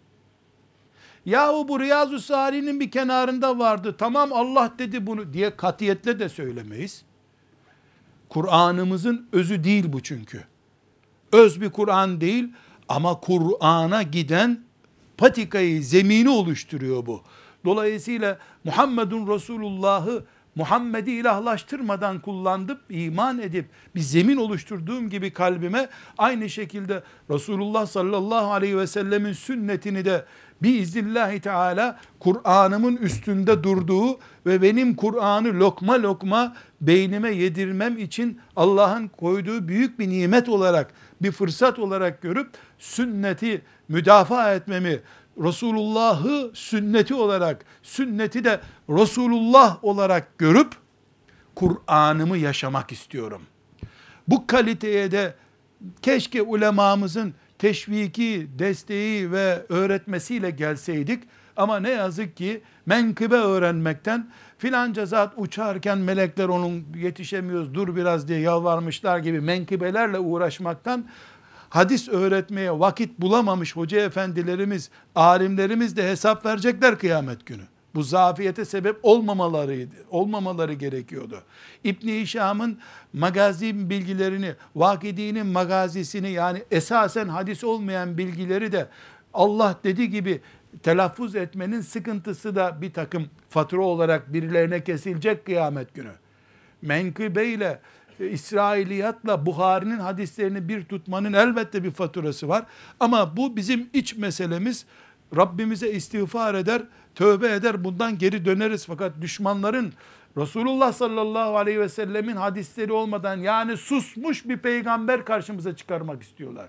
Yahu bu Riyazu Salih'in bir kenarında vardı, tamam Allah dedi bunu diye katiyetle de söylemeyiz. Kur'an'ımızın özü değil bu çünkü. Öz bir Kur'an değil ama Kur'an'a giden patikayı, zemini oluşturuyor bu. Dolayısıyla Muhammedun Resulullah'ı Muhammed'i ilahlaştırmadan kullanıp, iman edip bir zemin oluşturduğum gibi kalbime, aynı şekilde Resulullah sallallahu aleyhi ve sellemin sünnetini de biiznillahü teala Kur'an'ımın üstünde durduğu ve benim Kur'an'ı lokma lokma beynime yedirmem için Allah'ın koyduğu büyük bir nimet olarak, bir fırsat olarak görüp sünneti müdafaa etmemi, Resulullah'ı sünneti olarak, sünneti de Resulullah olarak görüp Kur'an'ımı yaşamak istiyorum. Bu kaliteye de keşke ulemamızın teşviki, desteği ve öğretmesiyle gelseydik. Ama ne yazık ki menkıbe öğrenmekten, filanca zat uçarken melekler onun yetişemiyoruz dur biraz diye yalvarmışlar gibi menkıbelerle uğraşmaktan, hadis öğretmeye vakit bulamamış hoca efendilerimiz, alimlerimiz de hesap verecekler kıyamet günü. Bu zafiyete sebep olmamaları gerekiyordu. İbn-i Hişam'ın magazi bilgilerini, Vakıdi'nin magazisini, yani esasen hadis olmayan bilgileri de Allah dediği gibi telaffuz etmenin sıkıntısı da bir takım fatura olarak birilerine kesilecek kıyamet günü. Menkıbeyle, İsrailiyatla Buhari'nin hadislerini bir tutmanın elbette bir faturası var. Ama bu bizim iç meselemiz. Rabbimize istiğfar eder, tövbe eder, bundan geri döneriz. Fakat düşmanların Resulullah sallallahu aleyhi ve sellemin hadisleri olmadan, yani susmuş bir peygamber karşımıza çıkarmak istiyorlar.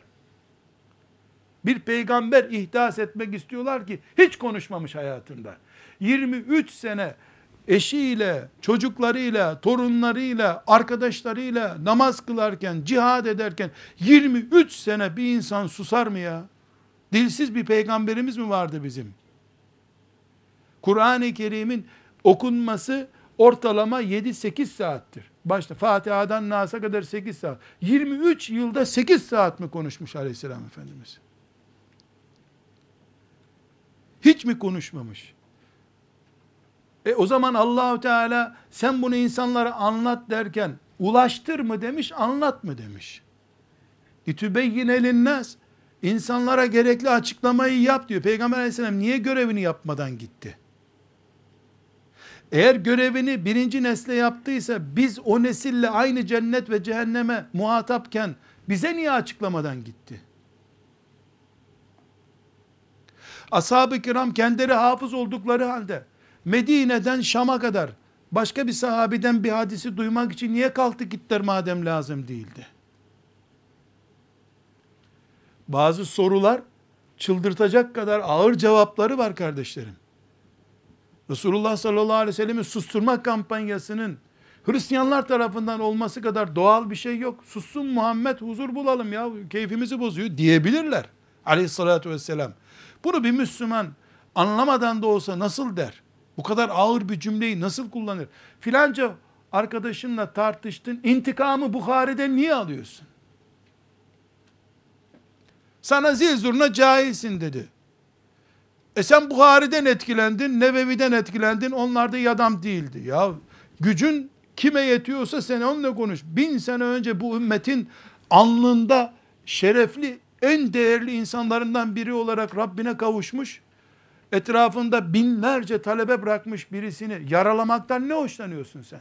Bir peygamber ihdas etmek istiyorlar ki hiç konuşmamış hayatında. 23 sene eşiyle, çocuklarıyla, torunlarıyla, arkadaşlarıyla namaz kılarken, cihad ederken 23 sene bir insan susar mı ya? Dilsiz bir peygamberimiz mi vardı bizim? Kur'an-ı Kerim'in okunması ortalama 7-8 saattir. Başta Fatiha'dan Nas'a kadar 8 saat. 23 yılda 8 saat mi konuşmuş Aleyhisselam Efendimiz? Hiç mi konuşmamış? O zaman Allahu Teala sen bunu insanlara anlat derken ulaştır mı demiş, anlat mı demiş? İtübeyyine linnâs, insanlara gerekli açıklamayı yap diyor. Peygamber Aleyhisselam niye görevini yapmadan gitti? Eğer görevini birinci nesle yaptıysa, biz o nesille aynı cennet ve cehenneme muhatapken bize niye açıklamadan gitti? Ashab-ı kiram kendileri hafız oldukları halde Medine'den Şam'a kadar başka bir sahabiden bir hadisi duymak için niye kalktı gittiler madem lazım değildi? Bazı sorular çıldırtacak kadar ağır cevapları var kardeşlerim. Resulullah sallallahu aleyhi ve sellem'in susturma kampanyasının Hristiyanlar tarafından olması kadar doğal bir şey yok. Sussun Muhammed, huzur bulalım ya, keyfimizi bozuyor diyebilirler aleyhissalatü vesselam. Bunu bir Müslüman anlamadan da olsa nasıl der? Bu kadar ağır bir cümleyi nasıl kullanır? Filanca arkadaşınla tartıştın, intikamı Bukhari'den niye alıyorsun? Sana zil zurna cahilsin dedi. Sen Buhari'den etkilendin, Nevevi'den etkilendin, onlar da iyi adam değildi. Ya gücün kime yetiyorsa sen onunla konuş. 1000 sene önce bu ümmetin alnında şerefli, en değerli insanlarından biri olarak Rabbine kavuşmuş, etrafında binlerce talebe bırakmış birisini yaralamaktan ne hoşlanıyorsun sen?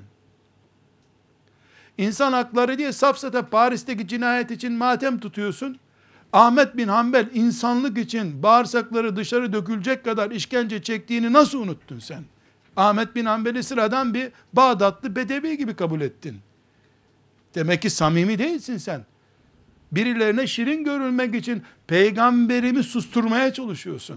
İnsan hakları diye safsata Paris'teki cinayet için matem tutuyorsun. Ahmet bin Hanbel insanlık için bağırsakları dışarı dökülecek kadar işkence çektiğini nasıl unuttun sen? Ahmet bin Hanbel'i sıradan bir Bağdatlı bedevi gibi kabul ettin. Demek ki samimi değilsin sen. Birilerine şirin görülmek için peygamberimi susturmaya çalışıyorsun.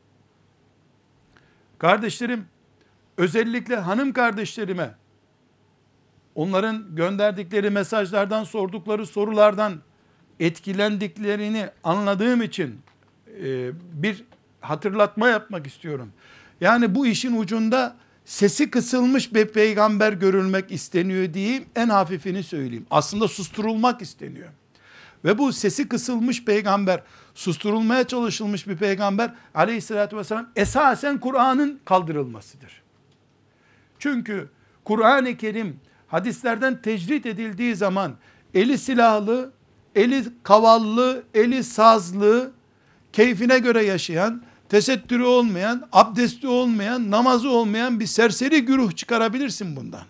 Kardeşlerim, özellikle hanım kardeşlerime, onların gönderdikleri mesajlardan, sordukları sorulardan etkilendiklerini anladığım için bir hatırlatma yapmak istiyorum. Yani bu işin ucunda sesi kısılmış bir peygamber görülmek isteniyor diyeyim, en hafifini söyleyeyim. Aslında susturulmak isteniyor. Ve bu sesi kısılmış peygamber, susturulmaya çalışılmış bir peygamber aleyhissalatü vesselam esasen Kur'an'ın kaldırılmasıdır. Çünkü Kur'an-ı Kerim hadislerden tecrit edildiği zaman eli silahlı, eli kavallı, eli sazlı, keyfine göre yaşayan, tesettürü olmayan, abdesti olmayan, namazı olmayan bir serseri güruh çıkarabilirsin bundan.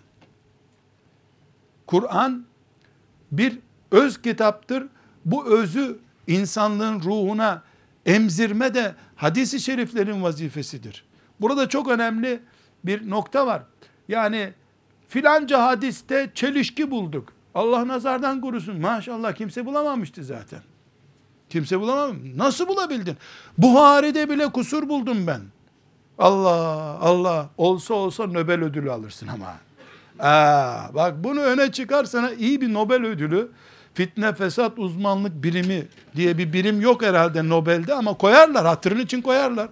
Kur'an bir öz kitaptır. Bu özü insanlığın ruhuna emzirme de hadis-i şeriflerin vazifesidir. Burada çok önemli bir nokta var. Yani filanca hadiste çelişki bulduk. Allah nazardan korusun. Maşallah kimse bulamamıştı zaten. Kimse bulamamış. Nasıl bulabildin? Buhari'de bile kusur buldum ben. Allah Allah, olsa olsa Nobel ödülü alırsın ama. Bak bunu öne çıkar, sana iyi bir Nobel ödülü. Fitne fesat uzmanlık birimi diye bir birim yok herhalde Nobel'de, ama koyarlar, hatırın için koyarlar.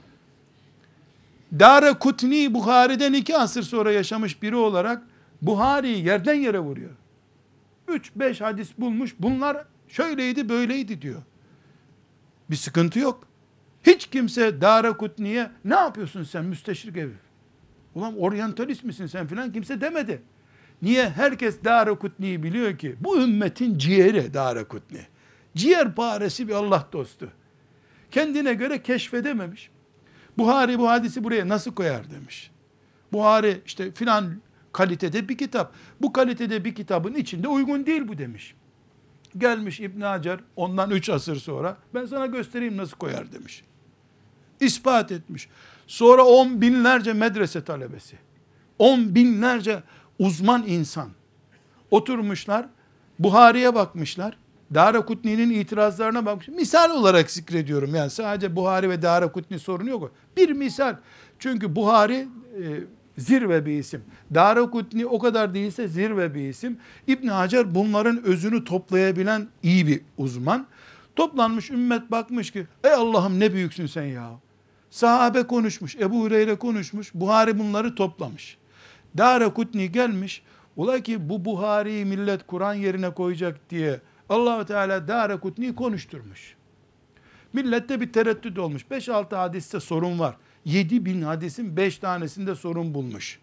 Darakutni Buhari'den 2 asır sonra yaşamış biri olarak Buhari'yi yerden yere vuruyor. 3-5 hadis bulmuş, bunlar şöyleydi böyleydi diyor. Bir sıkıntı yok. Hiç kimse Darakutni'ye ne yapıyorsun sen müsteşrik herif? Ulan oryantalist misin sen filan kimse demedi. Niye? Herkes Darakutni'yi biliyor ki bu ümmetin ciğeri Darakutni. Ciğerparesi bir Allah dostu. Kendine göre keşfedememiş. Buhari bu hadisi buraya nasıl koyar demiş. Buhari işte filan kalitede bir kitap. Bu kalitede bir kitabın içinde uygun değil bu demiş. Gelmiş İbn Hacer ondan 3 asır sonra, ben sana göstereyim nasıl koyar demiş. İspat etmiş. Sonra 10 binlerce medrese talebesi, 10 binlerce uzman insan oturmuşlar, Buhari'ye bakmışlar, Darakutni'nin itirazlarına bakmış. Misal olarak zikrediyorum, yani sadece Buhari ve Darakutni sorunu yok. Bir misal. Çünkü Buhari zirve bir isim. Darakutni o kadar değilse zirve bir isim. İbn Hacer bunların özünü toplayabilen iyi bir uzman. Toplanmış ümmet bakmış ki, ey Allah'ım ne büyüksün sen ya. Sahabe konuşmuş, Ebu Hureyre konuşmuş, Buhari bunları toplamış. Darakutni gelmiş, ola ki bu Buhari'yi millet Kur'an yerine koyacak diye Allah-u Teala Darakutni'yi konuşturmuş. Millette bir tereddüt olmuş. 5-6 hadiste sorun var. 7.000 hadisin 5 tanesinde sorun bulmuş.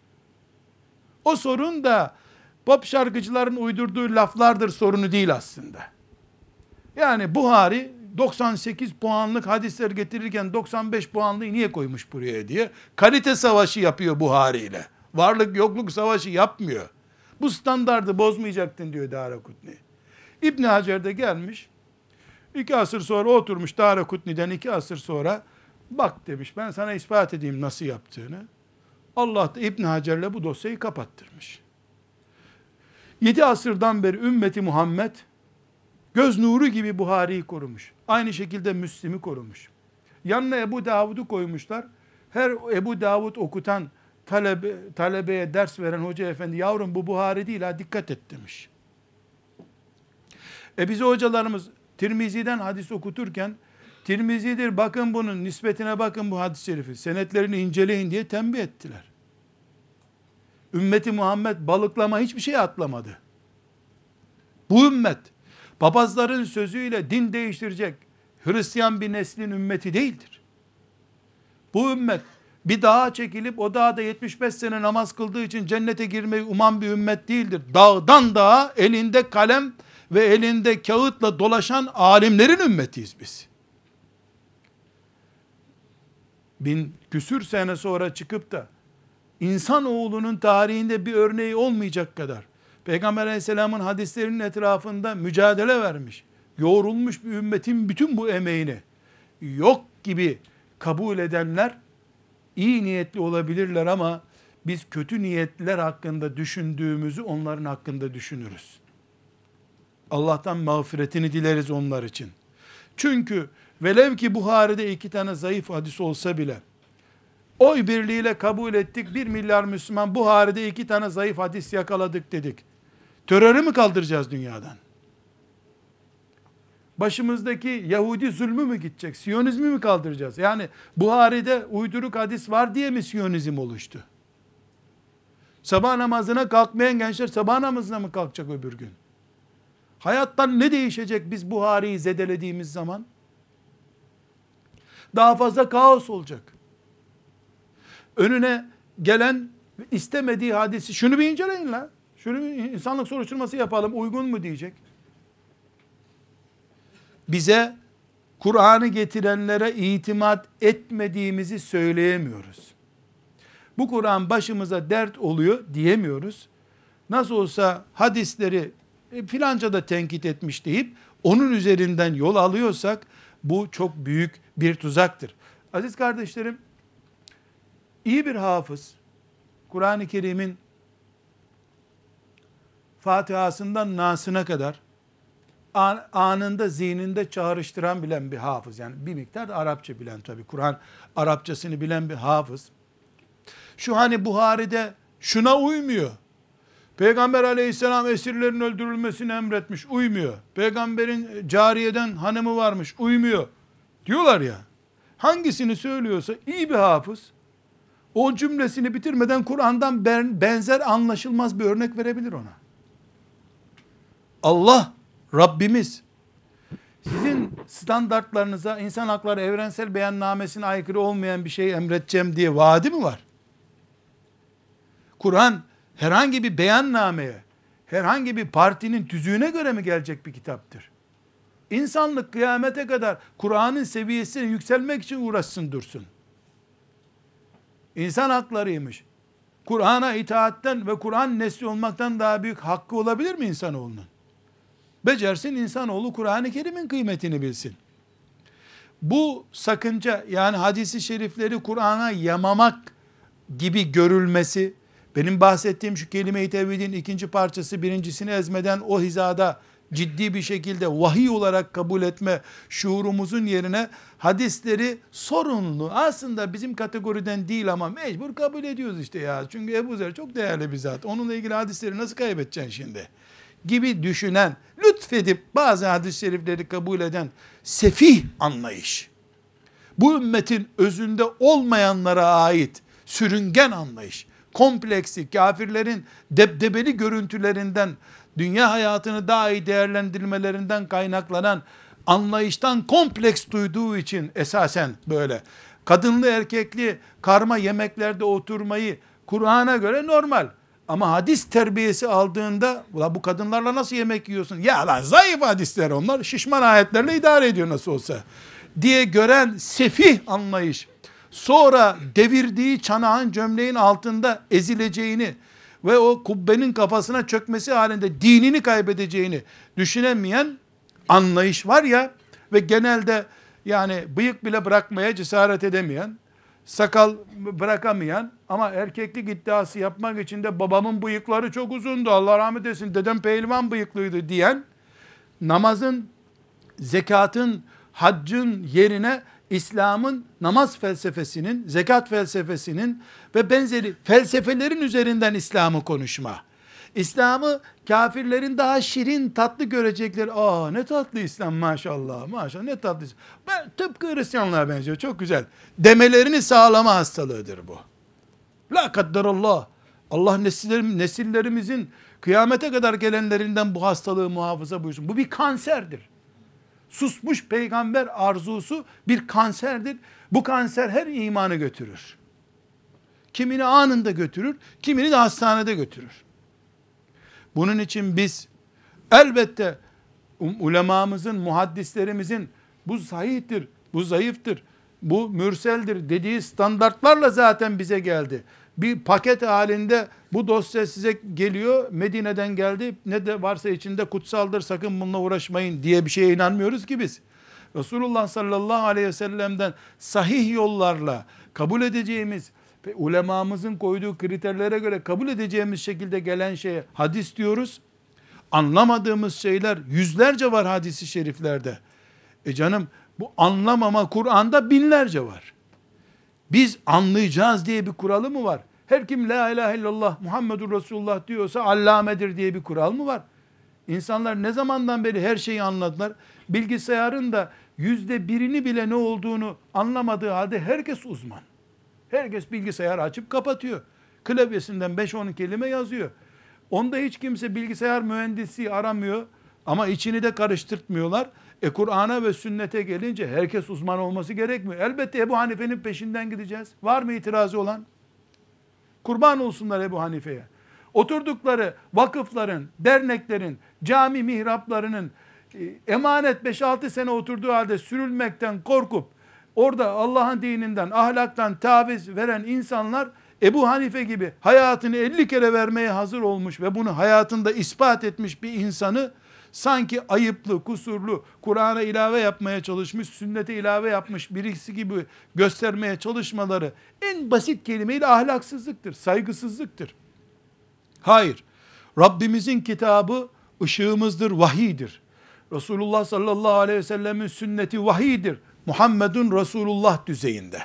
O sorun da pop şarkıcıların uydurduğu laflardır sorunu değil aslında. Yani Buhari 98 puanlık hadisler getirirken 95 puanlıyı niye koymuş buraya diye kalite savaşı yapıyor Buhari ile. Varlık yokluk savaşı yapmıyor. Bu standardı bozmayacaktın diyor Darakutni. İbn Hacer de gelmiş, 2 asır sonra oturmuş Darakutni'den 2 asır sonra, bak demiş ben sana ispat edeyim nasıl yaptığını. Allah da İbn Hacer'le bu dosyayı kapattırmış. 7 asırdan beri ümmeti Muhammed göz nuru gibi Buhari'yi korumuş. Aynı şekilde Müslim'i korumuş. Yanına Ebu Davud'u koymuşlar. Her Ebu Davud okutan talebeye ders veren hoca efendi, yavrum bu Buhari değil ha, dikkat et demiş. Bize hocalarımız Tirmizi'den hadis okuturken, Tirmizi'dir bakın bunun nispetine bakın bu hadis-i şerifi, senetlerini inceleyin diye tembih ettiler. Ümmeti Muhammed balıklama hiçbir şey atlamadı. Bu ümmet papazların sözüyle din değiştirecek Hristiyan bir neslin ümmeti değildir. Bu ümmet bir dağa çekilip o dağda 75 sene namaz kıldığı için cennete girmeyi uman bir ümmet değildir. Dağdan dağa elinde kalem ve elinde kağıtla dolaşan alimlerin ümmetiyiz biz. 1000 küsür sene sonra çıkıp da insanoğlunun tarihinde bir örneği olmayacak kadar Peygamber Aleyhisselam'ın hadislerinin etrafında mücadele vermiş, yoğrulmuş bir ümmetin bütün bu emeğini yok gibi kabul edenler iyi niyetli olabilirler ama biz kötü niyetliler hakkında düşündüğümüzü onların hakkında düşünürüz. Allah'tan mağfiretini dileriz onlar için. Çünkü velev ki Buhari'de 2 tane zayıf hadis olsa bile oy birliğiyle kabul ettik. 1 milyar Müslüman Buhari'de 2 tane zayıf hadis yakaladık dedik. Terörü mü kaldıracağız dünyadan? Başımızdaki Yahudi zulmü mü gidecek? Siyonizmi mi kaldıracağız? Yani Buhari'de uyduruk hadis var diye mi Siyonizm oluştu? Sabah namazına kalkmayan gençler sabah namazına mı kalkacak öbür gün? Hayattan ne değişecek biz Buhari'yi zedelediğimiz zaman? Daha fazla kaos olacak. Önüne gelen istemediği hadisi, şunu bir inceleyin la. Şunu bir insanlık soruşturması yapalım, uygun mu diyecek. Bize Kur'an'ı getirenlere itimat etmediğimizi söyleyemiyoruz. Bu Kur'an başımıza dert oluyor diyemiyoruz. Nasıl olsa hadisleri filanca da tenkit etmiş deyip onun üzerinden yol alıyorsak bu çok büyük bir tuzaktır. Aziz kardeşlerim, iyi bir hafız, Kur'an-ı Kerim'in Fatiha'sından Nas'ına kadar anında zihninde çağrıştıran bilen bir hafız. Yani bir miktar da Arapça bilen tabi. Kur'an Arapçasını bilen bir hafız. Şu hani Buhari'de şuna uymuyor. Peygamber aleyhisselam esirlerin öldürülmesini emretmiş. Uymuyor. Peygamberin cariyeden hanımı varmış. Uymuyor. Diyorlar ya. Hangisini söylüyorsa iyi bir hafız o cümlesini bitirmeden Kur'an'dan benzer anlaşılmaz bir örnek verebilir ona. Allah Rabbimiz sizin standartlarınıza insan hakları evrensel beyannamesine aykırı olmayan bir şey emredeceğim diye vaadi mi var? Kur'an herhangi bir beyannameye, herhangi bir partinin tüzüğüne göre mi gelecek bir kitaptır? İnsanlık kıyamete kadar Kur'an'ın seviyesine yükselmek için uğraşsın dursun. İnsan haklarıymış. Kur'an'a itaatten ve Kur'an nesli olmaktan daha büyük hakkı olabilir mi insanoğlunun? Becersin insanoğlu Kur'an-ı Kerim'in kıymetini bilsin. Bu sakınca, yani hadisi şerifleri Kur'an'a yamamak gibi görülmesi, benim bahsettiğim şu kelime-i tevhidin ikinci parçası birincisini ezmeden o hizada ciddi bir şekilde vahiy olarak kabul etme şuurumuzun yerine hadisleri sorunlu, aslında bizim kategoriden değil ama mecbur kabul ediyoruz işte ya. Çünkü Ebu Zer çok değerli bir zat. Onunla ilgili hadisleri nasıl kaybedeceksin şimdi? Gibi düşünen, lütfedip bazı hadis-i şerifleri kabul eden sefih anlayış. Bu ümmetin özünde olmayanlara ait sürüngen anlayış, kompleksi, kafirlerin debdebeli görüntülerinden, dünya hayatını daha iyi değerlendirmelerinden kaynaklanan anlayıştan kompleks duyduğu için esasen böyle. Kadınlı erkekli karma yemeklerde oturmayı Kur'an'a göre normal. Ama hadis terbiyesi aldığında bu kadınlarla nasıl yemek yiyorsun? Ya lan zayıf hadisler onlar, şişman ayetlerle idare ediyor nasıl olsa diye gören sefih anlayış, sonra devirdiği çanağın gömleğin altında ezileceğini ve o kubbenin kafasına çökmesi halinde dinini kaybedeceğini düşünemeyen anlayış var ya, ve genelde yani bıyık bile bırakmaya cesaret edemeyen, sakal bırakamayan ama erkeklik iddiası yapmak için de babamın bıyıkları çok uzundu, Allah rahmet etsin, dedem pehlivan bıyıklıydı diyen, namazın, zekatın, haccın yerine İslam'ın namaz felsefesinin, zekat felsefesinin ve benzeri felsefelerin üzerinden İslam'ı konuşma. İslam'ı kafirlerin daha şirin, tatlı görecekleri, aa ne tatlı İslam maşallah, maşallah ne tatlı İslam. Ben tıpkı Hristiyanlığa benziyor, çok güzel demelerini sağlama hastalığıdır bu. La kadderallah. Allah nesillerimizin kıyamete kadar gelenlerinden bu hastalığı muhafaza buyursun. Bu bir kanserdir. susmuş peygamber arzusu bir kanserdir. Bu kanser her imanı götürür. Kimini anında götürür, kimini de hastanede götürür. Bunun için biz elbette ulemamızın, muhaddislerimizin bu sahihtir, bu zayıftır, bu mürseldir dediği standartlarla zaten bize geldi. Bir paket halinde bu dosya size geliyor, Medine'den geldi, ne de varsa içinde kutsaldır, sakın bununla uğraşmayın diye bir şeye inanmıyoruz ki biz. Resulullah sallallahu aleyhi ve sellem'den sahih yollarla kabul edeceğimiz, ulemamızın koyduğu kriterlere göre kabul edeceğimiz şekilde gelen şeye hadis diyoruz. Anlamadığımız şeyler yüzlerce var hadis-i şeriflerde. Canım, bu anlamama Kur'an'da binlerce var. Biz anlayacağız diye bir kuralı mı var? Her kim la ilahe illallah Muhammedur Resulullah diyorsa allamedir diye bir kural mı var? İnsanlar ne zamandan beri her şeyi anladılar? Bilgisayarın da %1'ini bile ne olduğunu anlamadığı halde herkes uzman. Herkes bilgisayar açıp kapatıyor. Klavyesinden 5-10 kelime yazıyor. Onda hiç kimse bilgisayar mühendisi aramıyor ama içini de karıştırtmıyorlar. Kur'an'a ve sünnete gelince herkes uzman olması gerekmiyor. Elbette Ebu Hanife'nin peşinden gideceğiz. Var mı itirazı olan? Kurban olsunlar Ebu Hanife'ye. Oturdukları vakıfların, derneklerin, cami mihraplarının emanet 5-6 sene oturduğu halde sürülmekten korkup orada Allah'ın dininden, ahlaktan taviz veren insanlar Ebu Hanife gibi hayatını 50 kere vermeye hazır olmuş ve bunu hayatında ispat etmiş bir insanı sanki ayıplı, kusurlu, Kur'an'a ilave yapmaya çalışmış, sünnete ilave yapmış birisi gibi göstermeye çalışmaları en basit kelimeyle ahlaksızlıktır, saygısızlıktır. Hayır, Rabbimizin kitabı ışığımızdır, vahiydir. Resulullah sallallahu aleyhi ve sellemin sünneti vahiydir. Muhammedun Resulullah düzeyinde.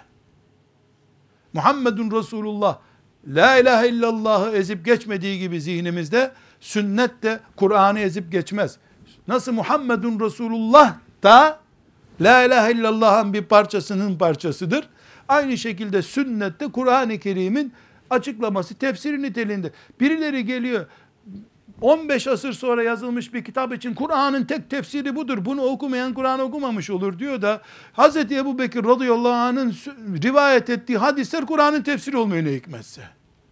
Muhammedun Resulullah, la ilahe illallah'ı ezip geçmediği gibi zihnimizde, sünnet de Kur'an'ı ezip geçmez. Nasıl Muhammedun Resulullah da la ilahe illallah'ın bir parçasının parçasıdır. Aynı şekilde sünnette Kur'an-ı Kerim'in açıklaması, tefsiri niteliğinde. Birileri geliyor, 15 asır sonra yazılmış bir kitap için Kur'an'ın tek tefsiri budur, bunu okumayan Kur'an okumamış olur diyor da Hz. Ebu Bekir radıyallahu anh'ın rivayet ettiği hadisler Kur'an'ın tefsiri olmuyor ne hikmetse.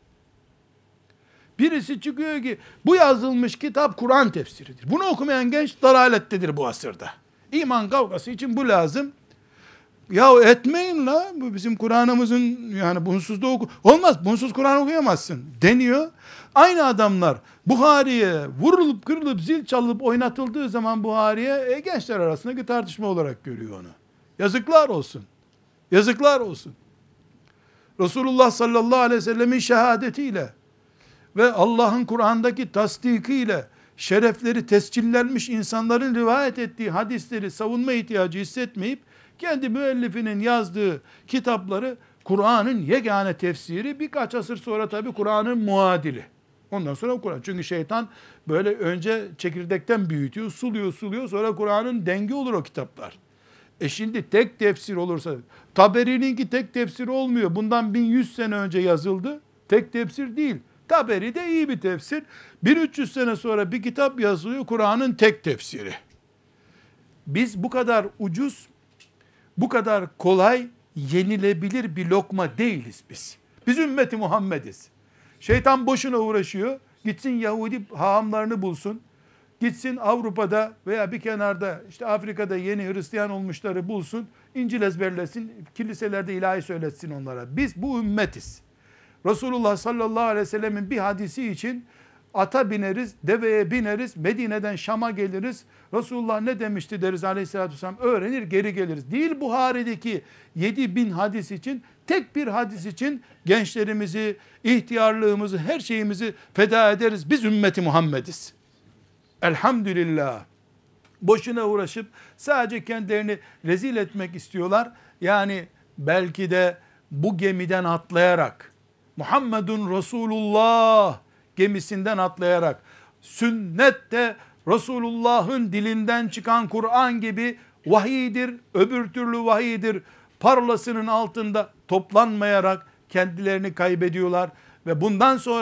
Birisi çıkıyor ki bu yazılmış kitap Kur'an tefsiridir. Bunu okumayan genç dalalettedir bu asırda. İman kavgası için bu lazım. Ya etmeyin la, bu bizim Kur'an'ımızın, yani bunsuz da olmaz, bunsuz Kur'an okuyamazsın deniyor. Aynı adamlar Buhari'ye vurulup kırılıp zil çalıp oynatıldığı zaman Buhari'ye gençler arasındaki tartışma olarak görüyor onu. Yazıklar olsun. Yazıklar olsun. Resulullah sallallahu aleyhi ve sellemin şehadetiyle ve Allah'ın Kur'an'daki tasdikiyle şerefleri tescillenmiş insanların rivayet ettiği hadisleri savunma ihtiyacı hissetmeyip kendi müellifinin yazdığı kitapları Kur'an'ın yegane tefsiri, birkaç asır sonra tabi Kur'an'ın muadili. Ondan sonra Kur'an. Çünkü şeytan böyle önce çekirdekten büyütüyor, suluyor, sonra Kur'an'ın dengi olur o kitaplar. Şimdi tek tefsir olursa, Taberi'ninki tek tefsir olmuyor. Bundan 1100 sene önce yazıldı. Tek tefsir değil. Taberi de iyi bir tefsir. 1300 sene sonra bir kitap yazılıyor, Kur'an'ın tek tefsiri. Biz bu kadar ucuz, bu kadar kolay yenilebilir bir lokma değiliz biz. Biz ümmeti Muhammediz. Şeytan boşuna uğraşıyor. Gitsin Yahudi hahamlarını bulsun. Gitsin Avrupa'da veya bir kenarda, işte Afrika'da yeni Hristiyan olmuşları bulsun. İncil ezberlesin, kiliselerde ilahi söyletsin onlara. Biz bu ümmetiz. Resulullah sallallahu aleyhi ve sellemin bir hadisi için ata bineriz, deveye bineriz, Medine'den Şam'a geliriz. Resulullah ne demişti deriz aleyhissalatü vesselam, öğrenir geri geliriz. Değil Buhari'deki 7000 hadis için, tek bir hadis için gençlerimizi, ihtiyarlığımızı, her şeyimizi feda ederiz. Biz ümmeti Muhammediz. Elhamdülillah. Boşuna uğraşıp sadece kendilerini rezil etmek istiyorlar. Yani belki de bu gemiden atlayarak, Muhammedun Resulullah gemisinden atlayarak, sünnette Resulullah'ın dilinden çıkan Kur'an gibi vahiydir, öbür türlü vahiydir, parlasının altında toplanmayarak kendilerini kaybediyorlar ve bundan sonra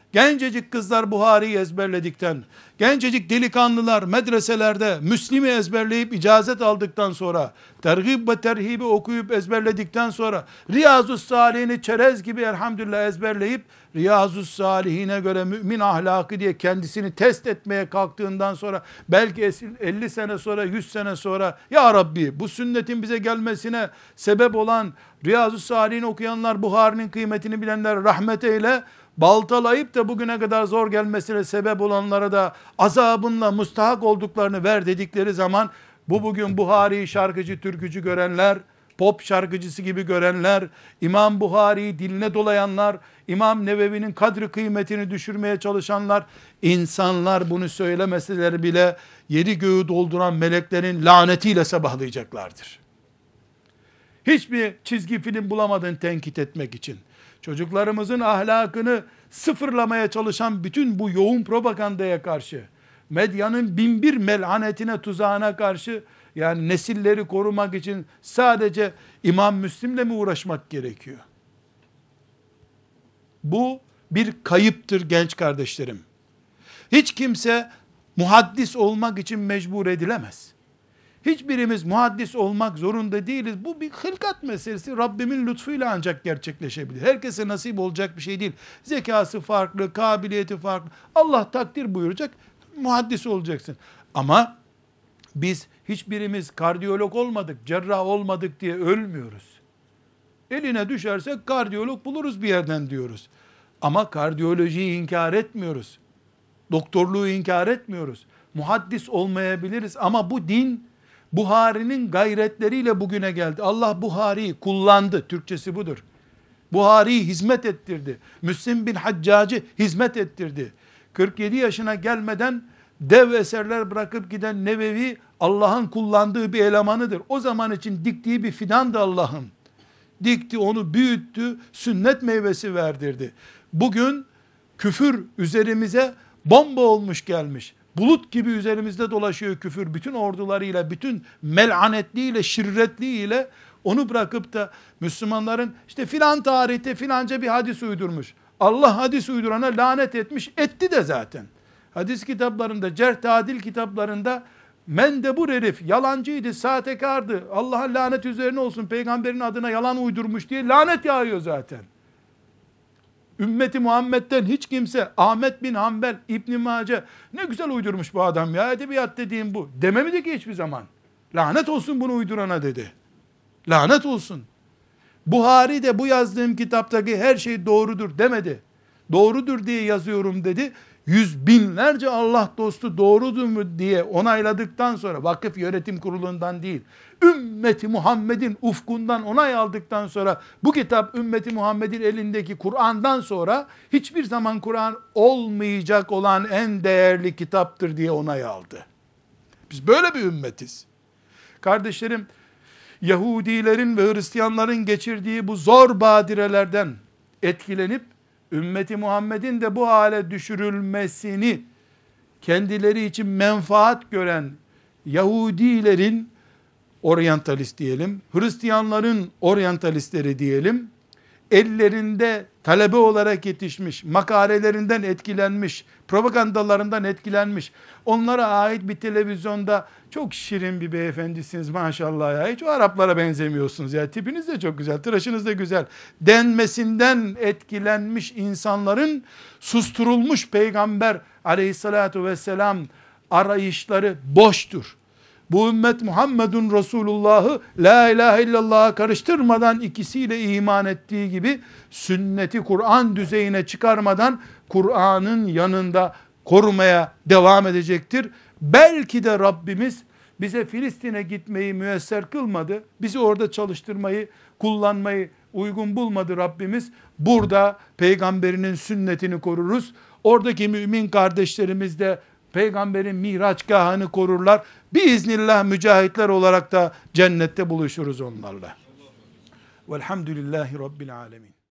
Gencecik kızlar Buhari'yi ezberledikten, gencecik delikanlılar medreselerde Müslim'i ezberleyip icazet aldıktan sonra, Tergib ve Terhib'i okuyup ezberledikten sonra, Riyazus Salihini çerez gibi elhamdülillah ezberleyip, Riyazus Salihine göre mümin ahlakı diye kendisini test etmeye kalktığından sonra, belki 50 sene sonra, 100 sene sonra, ya Rabbi bu sünnetin bize gelmesine sebep olan Riyazus Salihini okuyanlar, Buhari'nin kıymetini bilenler rahmet eyle, baltalayıp da bugüne kadar zor gelmesine sebep olanlara da azabınla mustahak olduklarını ver dedikleri zaman, bu bugün Buhari'yi şarkıcı, türkücü görenler, pop şarkıcısı gibi görenler, İmam Buhari'yi diline dolayanlar, İmam Nevevi'nin kadri kıymetini düşürmeye çalışanlar, insanlar bunu söylemeseler bile yeri göğü dolduran meleklerin lanetiyle sabahlayacaklardır. Hiçbir çizgi film bulamadın tenkit etmek için. Çocuklarımızın ahlakını sıfırlamaya çalışan bütün bu yoğun propagandaya karşı, medyanın binbir melhanetine, tuzağına karşı, yani nesilleri korumak için sadece İmam Müslim'le mi uğraşmak gerekiyor? Bu bir kayıptır genç kardeşlerim. Hiç kimse muhaddis olmak için mecbur edilemez. Hiçbirimiz muhaddis olmak zorunda değiliz. Bu bir hılkat meselesi. Rabbimin lütfuyla ancak gerçekleşebilir. Herkese nasip olacak bir şey değil. Zekası farklı, kabiliyeti farklı. Allah takdir buyuracak, muhaddis olacaksın. Ama biz hiçbirimiz kardiyolog olmadık, cerrah olmadık diye ölmüyoruz. Eline düşersek kardiyolog buluruz bir yerden diyoruz. Ama kardiyolojiyi inkar etmiyoruz. Doktorluğu inkar etmiyoruz. Muhaddis olmayabiliriz ama bu din Buhari'nin gayretleriyle bugüne geldi. Allah Buhari'yi kullandı. Türkçesi budur. Buhari'yi hizmet ettirdi. Müslim bin Haccac'ı hizmet ettirdi. 47 yaşına gelmeden dev eserler bırakıp giden Nevevi Allah'ın kullandığı bir elemanıdır. O zaman için diktiği bir fidandı Allah'ın. Dikti, onu büyüttü, sünnet meyvesi verdirdi. Bugün küfür üzerimize bomba olmuş gelmiş. Bulut gibi üzerimizde dolaşıyor küfür. Bütün ordularıyla, bütün mel'anetliğiyle, şirretliğiyle onu bırakıp da Müslümanların işte filan tarihte filanca bir hadis uydurmuş. Allah hadis uydurana lanet etmiş, etti de zaten. Hadis kitaplarında, cerh tadil kitaplarında mendebur herif, yalancıydı, sahtekardı, Allah'ın lanet üzerine olsun, peygamberin adına yalan uydurmuş diye lanet yağıyor zaten. Ümmeti Muhammed'den hiç kimse Ahmet bin Hanbel, İbn Mace ne güzel uydurmuş bu adam ya, edebiyat dediğim bu dememedi ki hiçbir zaman. Lanet olsun bunu uydurana dedi. Lanet olsun. Buhari de bu yazdığım kitaptaki her şey doğrudur demedi. Doğrudur diye yazıyorum dedi. Yüz binlerce Allah dostu doğrudur mu diye onayladıktan sonra, vakıf yönetim kurulundan değil, ümmeti Muhammed'in ufkundan onay aldıktan sonra, bu kitap ümmeti Muhammed'in elindeki Kur'an'dan sonra hiçbir zaman Kur'an olmayacak olan en değerli kitaptır diye onay aldı. Biz böyle bir ümmetiz. Kardeşlerim, Yahudilerin ve Hristiyanların geçirdiği bu zor badirelerden etkilenip ümmeti Muhammed'in de bu hale düşürülmesini kendileri için menfaat gören Yahudilerin, oryantalist diyelim, Hristiyanların oryantalistleri diyelim, ellerinde talebe olarak yetişmiş, makalelerinden etkilenmiş, propagandalarından etkilenmiş, onlara ait bir televizyonda çok şirin bir beyefendisiniz maşallah ya, hiç o Araplara benzemiyorsunuz ya, tipiniz de çok güzel, tıraşınız da güzel denmesinden etkilenmiş insanların susturulmuş peygamber aleyhissalatu vesselam arayışları boştur. Bu ümmet Muhammedun Resulullah'ı la ilahe illallah'a karıştırmadan ikisiyle iman ettiği gibi sünneti Kur'an düzeyine çıkarmadan Kur'an'ın yanında korumaya devam edecektir. Belki de Rabbimiz bize Filistin'e gitmeyi müyesser kılmadı. Bizi orada çalıştırmayı, kullanmayı uygun bulmadı Rabbimiz. Burada peygamberinin sünnetini koruruz. Oradaki mümin kardeşlerimiz de peygamberin miraçgahını korurlar. Biiznillah mücahitler olarak da cennette buluşuruz onlarla. Velhamdülillahi Rabbil alemin.